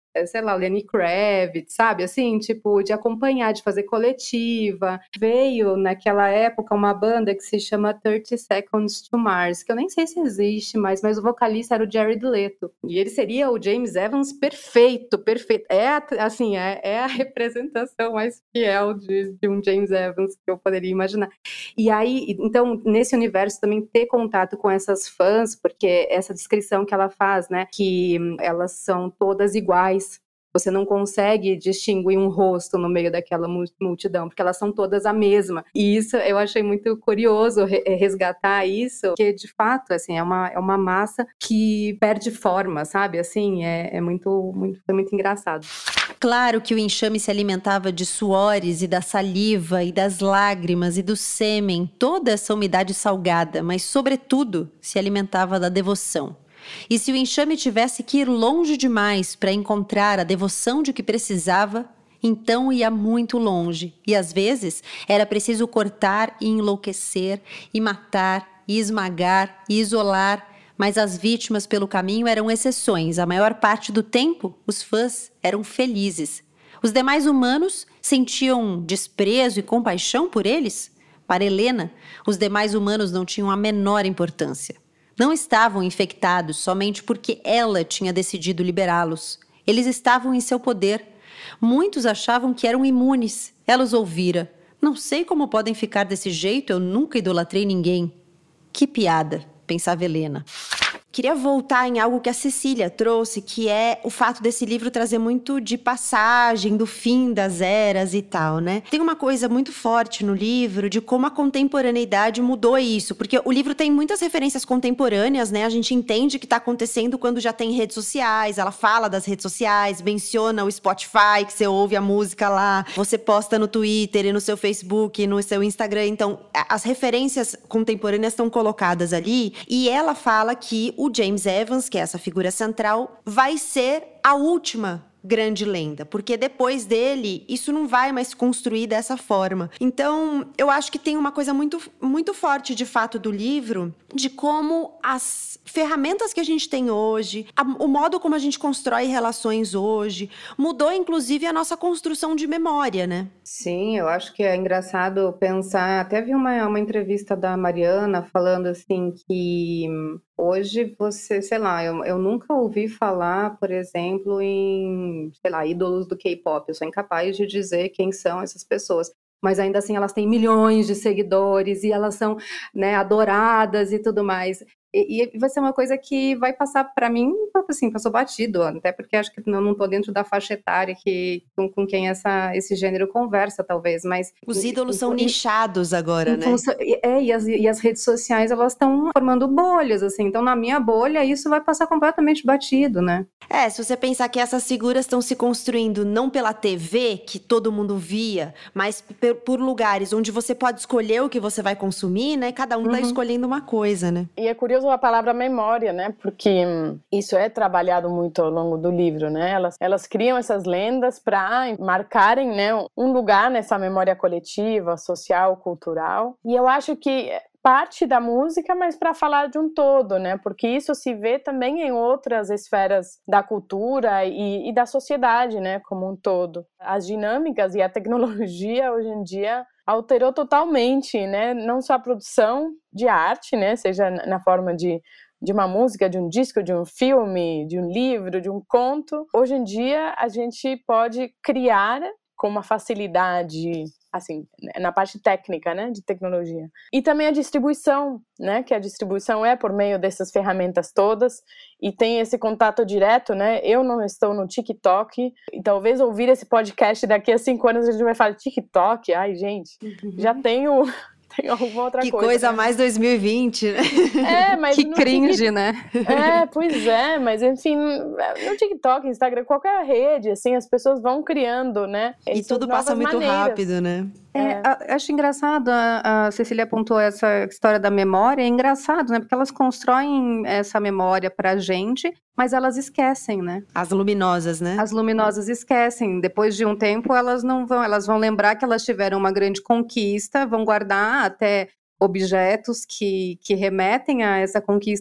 [SPEAKER 5] sei lá, Lenny Kravitz, sabe? Assim, tipo, de acompanhar, de fazer coletiva. Veio, naquela época, uma banda que se chama thirty seconds to Mars, que eu nem sei se existe mais, mas o vocalista era o Jared Leto. E ele seria o James Evans perfeito, perfeito. É, assim, é, é a representação mais fiel de, de um James Evans que eu poderia imaginar. E aí, então, nesse universo também ter contato com essas fãs, porque essa descrição que ela faz, né, que elas são todas iguais, você não consegue distinguir um rosto no meio daquela multidão, porque elas são todas a mesma. E isso eu achei muito curioso resgatar isso, porque de fato, assim, é uma, é uma massa que perde forma, sabe? Assim, é, é muito, muito, foi muito engraçado.
[SPEAKER 2] Claro que o enxame se alimentava de suores e da saliva e das lágrimas e do sêmen, toda essa umidade salgada, mas sobretudo se alimentava da devoção. E se o enxame tivesse que ir longe demais para encontrar a devoção de que precisava, então ia muito longe. E às vezes era preciso cortar e enlouquecer, e matar, e esmagar, e isolar. Mas as vítimas pelo caminho eram exceções. A maior parte do tempo, os fãs eram felizes. Os demais humanos sentiam desprezo e compaixão por eles? Para Helena, os demais humanos não tinham a menor importância. Não estavam infectados somente porque ela tinha decidido liberá-los. Eles estavam em seu poder. Muitos achavam que eram imunes. Ela os ouvira. Não sei como podem ficar desse jeito, eu nunca idolatrei ninguém. Que piada, pensava Helena. Queria voltar em algo que a Cecília trouxe, que é o fato desse livro trazer muito de passagem, do fim das eras e tal, né? Tem uma coisa muito forte no livro de como a contemporaneidade mudou isso, porque o livro tem muitas referências contemporâneas, né? A gente entende o que está acontecendo quando já tem redes sociais, ela fala das redes sociais, menciona o Spotify, que você ouve a música lá, você posta no Twitter e no seu Facebook, no seu Instagram, então as referências contemporâneas estão colocadas ali, e ela fala que o James Evans, que é essa figura central, vai ser a última grande lenda, porque depois dele, isso não vai mais se construir dessa forma. Então, eu acho que tem uma coisa muito, muito forte, de fato, do livro, de como as ferramentas que a gente tem hoje, a, o modo como a gente constrói relações hoje, mudou, inclusive, a nossa construção de memória, né?
[SPEAKER 5] Sim, eu acho que é engraçado pensar, até vi uma, uma entrevista da Mariana falando assim que hoje você, sei lá, eu, eu nunca ouvi falar, por exemplo, em, sei lá, ídolos do K-pop, eu sou incapaz de dizer quem são essas pessoas. Mas ainda assim elas têm milhões de seguidores e elas são, né, adoradas e tudo mais. E, e vai ser uma coisa que vai passar para mim, assim, passou batido, até porque acho que eu não estou dentro da faixa etária que, com, com quem essa, esse gênero conversa, talvez, mas...
[SPEAKER 2] Os ídolos
[SPEAKER 5] em,
[SPEAKER 2] são
[SPEAKER 5] em,
[SPEAKER 2] nichados agora, né?
[SPEAKER 5] Função, é, e as, e as redes sociais, elas estão formando bolhas, assim, então na minha bolha isso vai passar completamente batido, né?
[SPEAKER 2] É, se você pensar que essas figuras estão se construindo não pela T V, que todo mundo via, mas por, por lugares onde você pode escolher o que você vai consumir, né? Cada um uhum. tá escolhendo uma coisa, né?
[SPEAKER 4] E é curioso a palavra memória, né? Porque hum, isso é trabalhado muito ao longo do livro, né? Elas, elas criam essas lendas para marcarem, né, um lugar nessa memória coletiva, social, cultural. E eu acho que parte da música, mas para falar de um todo, né? Porque isso se vê também em outras esferas da cultura e, e da sociedade, né? Como um todo. As dinâmicas e a tecnologia hoje em dia alterou totalmente, né? Não só a produção de arte, né? Seja na forma de de uma música, de um disco, de um filme, de um livro, de um conto. Hoje em dia a gente pode criar com uma facilidade, assim, na parte técnica, né, de tecnologia. E também a distribuição, né, que a distribuição é por meio dessas ferramentas todas e tem esse contato direto, né. Eu não estou no TikTok e talvez ouvir esse podcast daqui a cinco anos a gente vai falar TikTok, ai gente, uhum. já tenho... Tem alguma outra
[SPEAKER 2] que
[SPEAKER 4] coisa.
[SPEAKER 2] Que coisa
[SPEAKER 4] né?
[SPEAKER 2] mais dois mil e vinte, né?
[SPEAKER 4] É, mas
[SPEAKER 5] que cringe,
[SPEAKER 4] tic...
[SPEAKER 5] né?
[SPEAKER 4] É, pois é, mas enfim, no TikTok, Instagram, qualquer rede, assim, as pessoas vão criando, né?
[SPEAKER 2] E tudo passa muito maneiras. rápido, né?
[SPEAKER 5] É, é. Acho engraçado, a, a Cecília apontou essa história da memória, é engraçado, né? Porque elas constroem essa memória pra gente, mas elas esquecem, né?
[SPEAKER 2] As luminosas, né?
[SPEAKER 5] As luminosas esquecem. Depois de um tempo, elas não vão, elas vão lembrar que elas tiveram uma grande conquista, vão guardar até objetos que, que remetem a essa conquista,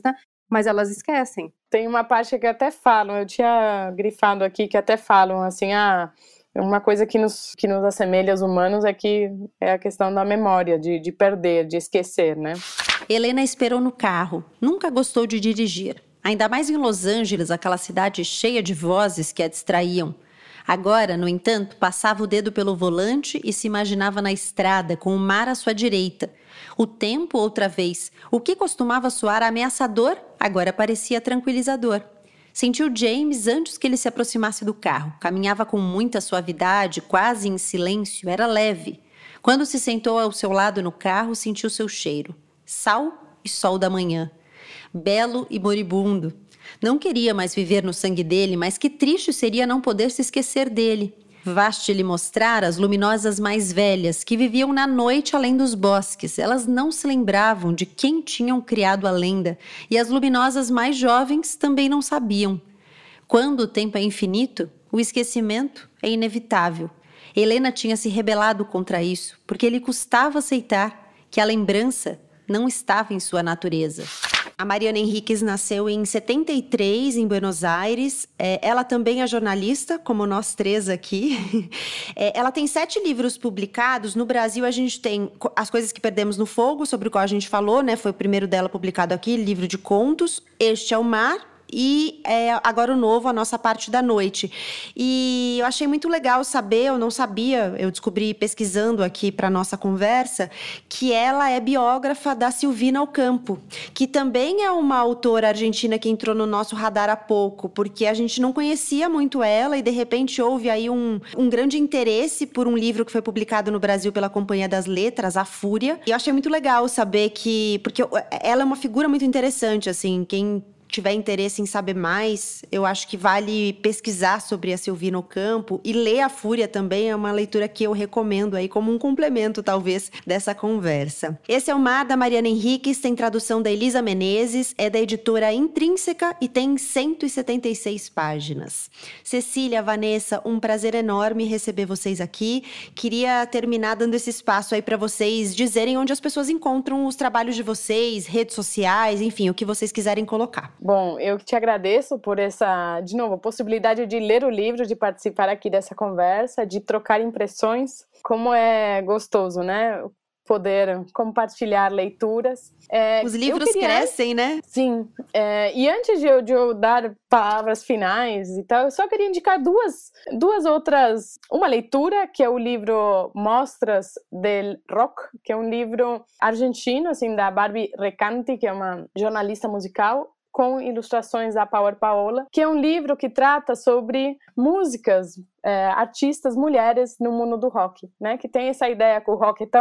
[SPEAKER 5] mas elas esquecem.
[SPEAKER 4] Tem uma parte que até falam, eu tinha grifado aqui, que até falam assim, ah, uma coisa que nos, que nos assemelha aos humanos é que é a questão da memória, de, de perder, de esquecer, né?
[SPEAKER 2] Helena esperou no carro, nunca gostou de dirigir. Ainda mais em Los Angeles, aquela cidade cheia de vozes que a distraíam. Agora, no entanto, passava o dedo pelo volante e se imaginava na estrada, com o mar à sua direita. O tempo, outra vez, o que costumava soar ameaçador, agora parecia tranquilizador. Sentiu James antes que ele se aproximasse do carro. Caminhava com muita suavidade, quase em silêncio, era leve. Quando se sentou ao seu lado no carro, sentiu seu cheiro. Sal e sol da manhã. Belo e moribundo. Não queria mais viver no sangue dele, mas que triste seria não poder se esquecer dele. Vaste lhe mostrar as luminosas mais velhas, que viviam na noite além dos bosques. Elas não se lembravam de quem tinham criado a lenda, e as luminosas mais jovens também não sabiam. Quando o tempo é infinito, o esquecimento é inevitável. Helena tinha se rebelado contra isso, porque lhe custava aceitar que a lembrança não estava em sua natureza. A Mariana Enríquez nasceu em setenta e três, em Buenos Aires. É, ela também é jornalista, como nós três aqui. É, ela tem sete livros publicados. No Brasil, a gente tem As Coisas que Perdemos no Fogo, sobre o qual a gente falou, né? Foi o primeiro dela publicado aqui, livro de contos. Este é o Mar. E é, agora o novo, A Nossa Parte da Noite. E eu achei muito legal saber, eu não sabia, eu descobri pesquisando aqui para a nossa conversa, que ela é biógrafa da Silvina Ocampo, que também é uma autora argentina que entrou no nosso radar há pouco, porque a gente não conhecia muito ela e de repente houve aí um, um grande interesse por um livro que foi publicado no Brasil pela Companhia das Letras, A Fúria. E eu achei muito legal saber que, porque ela é uma figura muito interessante, assim, quem tiver interesse em saber mais, eu acho que vale pesquisar sobre a Silvina Ocampo e ler A Fúria também, é uma leitura que eu recomendo aí como um complemento, talvez, dessa conversa. Esse é o Mar, da Mariana Enríquez, tem tradução da Elisa Menezes, é da editora Intrínseca e tem cento e setenta e seis páginas. Cecília, Vanessa, um prazer enorme receber vocês aqui. Queria terminar dando esse espaço aí para vocês dizerem onde as pessoas encontram os trabalhos de vocês, redes sociais, enfim, o que vocês quiserem colocar.
[SPEAKER 4] Bom, eu te agradeço por essa, de novo, possibilidade de ler o livro, de participar aqui dessa conversa, de trocar impressões. Como é gostoso, né? Poder compartilhar leituras. É,
[SPEAKER 2] Os livros queria... crescem, né?
[SPEAKER 4] Sim. É, e antes de eu, de eu dar palavras finais e tal, eu só queria indicar duas, duas outras. Uma leitura, que é o livro Mostras del Rock, que é um livro argentino, assim, da Barbie Recanati, que é uma jornalista musical, com ilustrações da Power Paola, que é um livro que trata sobre músicas, é, artistas mulheres no mundo do rock, né? Que tem essa ideia que o rock é tão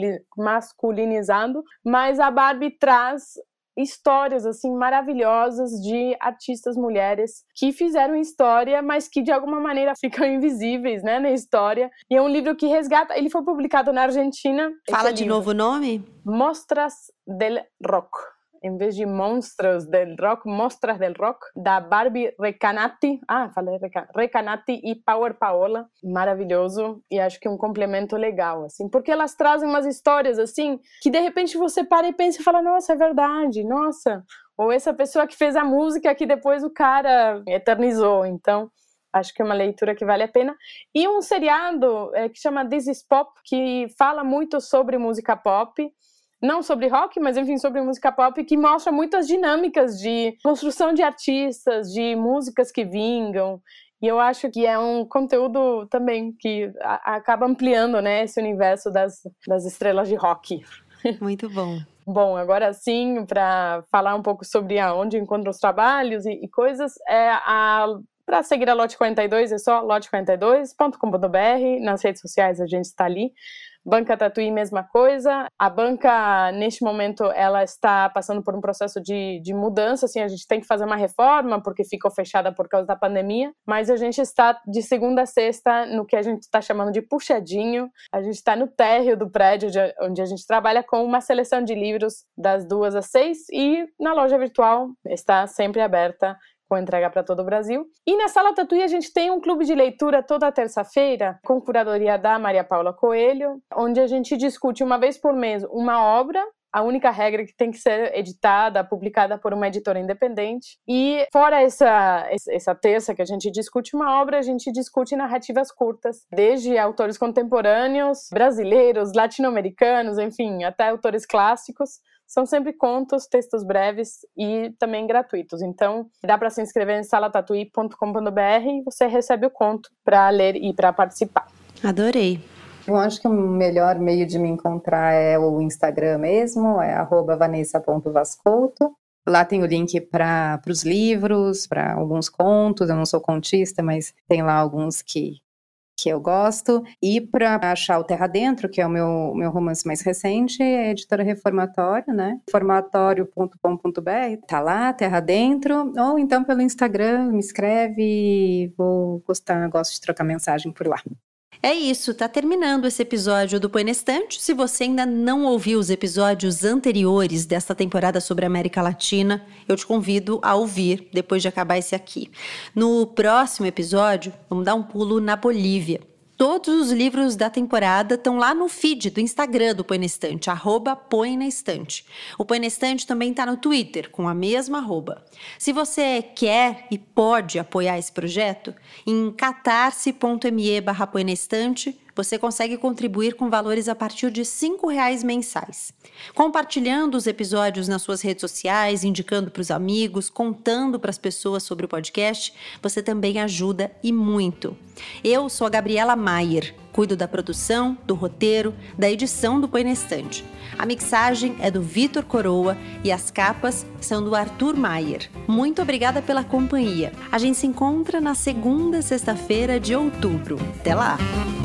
[SPEAKER 4] masculinizado, mas a Barbie traz histórias assim maravilhosas de artistas mulheres que fizeram história, mas que de alguma maneira ficam invisíveis, né, na história. E é um livro que resgata, ele foi publicado na Argentina.
[SPEAKER 2] Fala de novo o nome?
[SPEAKER 4] Mostras del Rock. Em vez de Monstros del Rock, Mostras del Rock, da Barbie Recanati, ah, falei Recanati, Recanati e Power Paola, maravilhoso, e acho que é um complemento legal, assim, porque elas trazem umas histórias, assim, que de repente você para e pensa e fala, nossa, é verdade, nossa, ou essa pessoa que fez a música que depois o cara eternizou, então acho que é uma leitura que vale a pena. E um seriado é, que chama This is Pop, que fala muito sobre música pop, não sobre rock, mas enfim, sobre música pop, que mostra muitas dinâmicas de construção de artistas, de músicas que vingam, e eu acho que é um conteúdo também que a, acaba ampliando, né, esse universo das, das estrelas de rock.
[SPEAKER 2] Muito bom.
[SPEAKER 4] Bom, agora sim, para falar um pouco sobre aonde encontro os trabalhos e, e coisas, é a... Para seguir a Lote quarenta e dois é só lote quarenta e dois ponto com ponto b r, nas redes sociais a gente está ali. Banca Tatuí, mesma coisa. A banca, neste momento, ela está passando por um processo de, de mudança, assim, a gente tem que fazer uma reforma, porque ficou fechada por causa da pandemia, mas a gente está de segunda a sexta no que a gente está chamando de puxadinho. A gente está no térreo do prédio de, onde a gente trabalha com uma seleção de livros das duas às seis, e na loja virtual está sempre aberta, com entrega para todo o Brasil. E na Sala Tatuí a gente tem um clube de leitura toda terça-feira, com curadoria da Maria Paula Coelho, onde a gente discute uma vez por mês uma obra A única regra é que tem que ser editada, publicada por uma editora independente. E fora essa, essa terça que a gente discute uma obra, a gente discute narrativas curtas, desde autores contemporâneos, brasileiros, latino-americanos, enfim, até autores clássicos. São sempre contos, textos breves e também gratuitos. Então, dá para se inscrever em sala tatuí ponto com ponto b r e você recebe o conto para ler e para participar.
[SPEAKER 2] Adorei.
[SPEAKER 5] Eu acho que o melhor meio de me encontrar é o Instagram mesmo, é arroba vanessa ponto vascouto. Lá tem o link para os livros, para alguns contos. Eu não sou contista, mas tem lá alguns que... que eu gosto, e para achar o Terra Dentro, que é o meu, meu romance mais recente, é a editora Reformatório, né? reformatório ponto com ponto b r, tá lá, Terra Dentro, ou então pelo Instagram, me escreve, vou gostar, gosto de trocar mensagem por lá.
[SPEAKER 2] É isso, tá terminando esse episódio do Põe na Estante. Se você ainda não ouviu os episódios anteriores desta temporada sobre a América Latina, eu te convido a ouvir depois de acabar esse aqui. No próximo episódio, vamos dar um pulo na Bolívia. Todos os livros da temporada estão lá no feed do Instagram do Põe na Estante, arroba Põe na Estante. O Põe na Estante também está no Twitter, com a mesma arroba. Se você quer e pode apoiar esse projeto, em catarse ponto me barra Põe na Estante, você consegue contribuir com valores a partir de cinco reais mensais. Compartilhando os episódios nas suas redes sociais, indicando para os amigos, contando para as pessoas sobre o podcast, você também ajuda e muito. Eu sou a Gabriela Maier, cuido da produção, do roteiro, da edição do Põe na Estante. A mixagem é do Vitor Coroa e as capas são do Arthur Maier. Muito obrigada pela companhia. A gente se encontra na segunda sexta-feira de outubro. Até lá!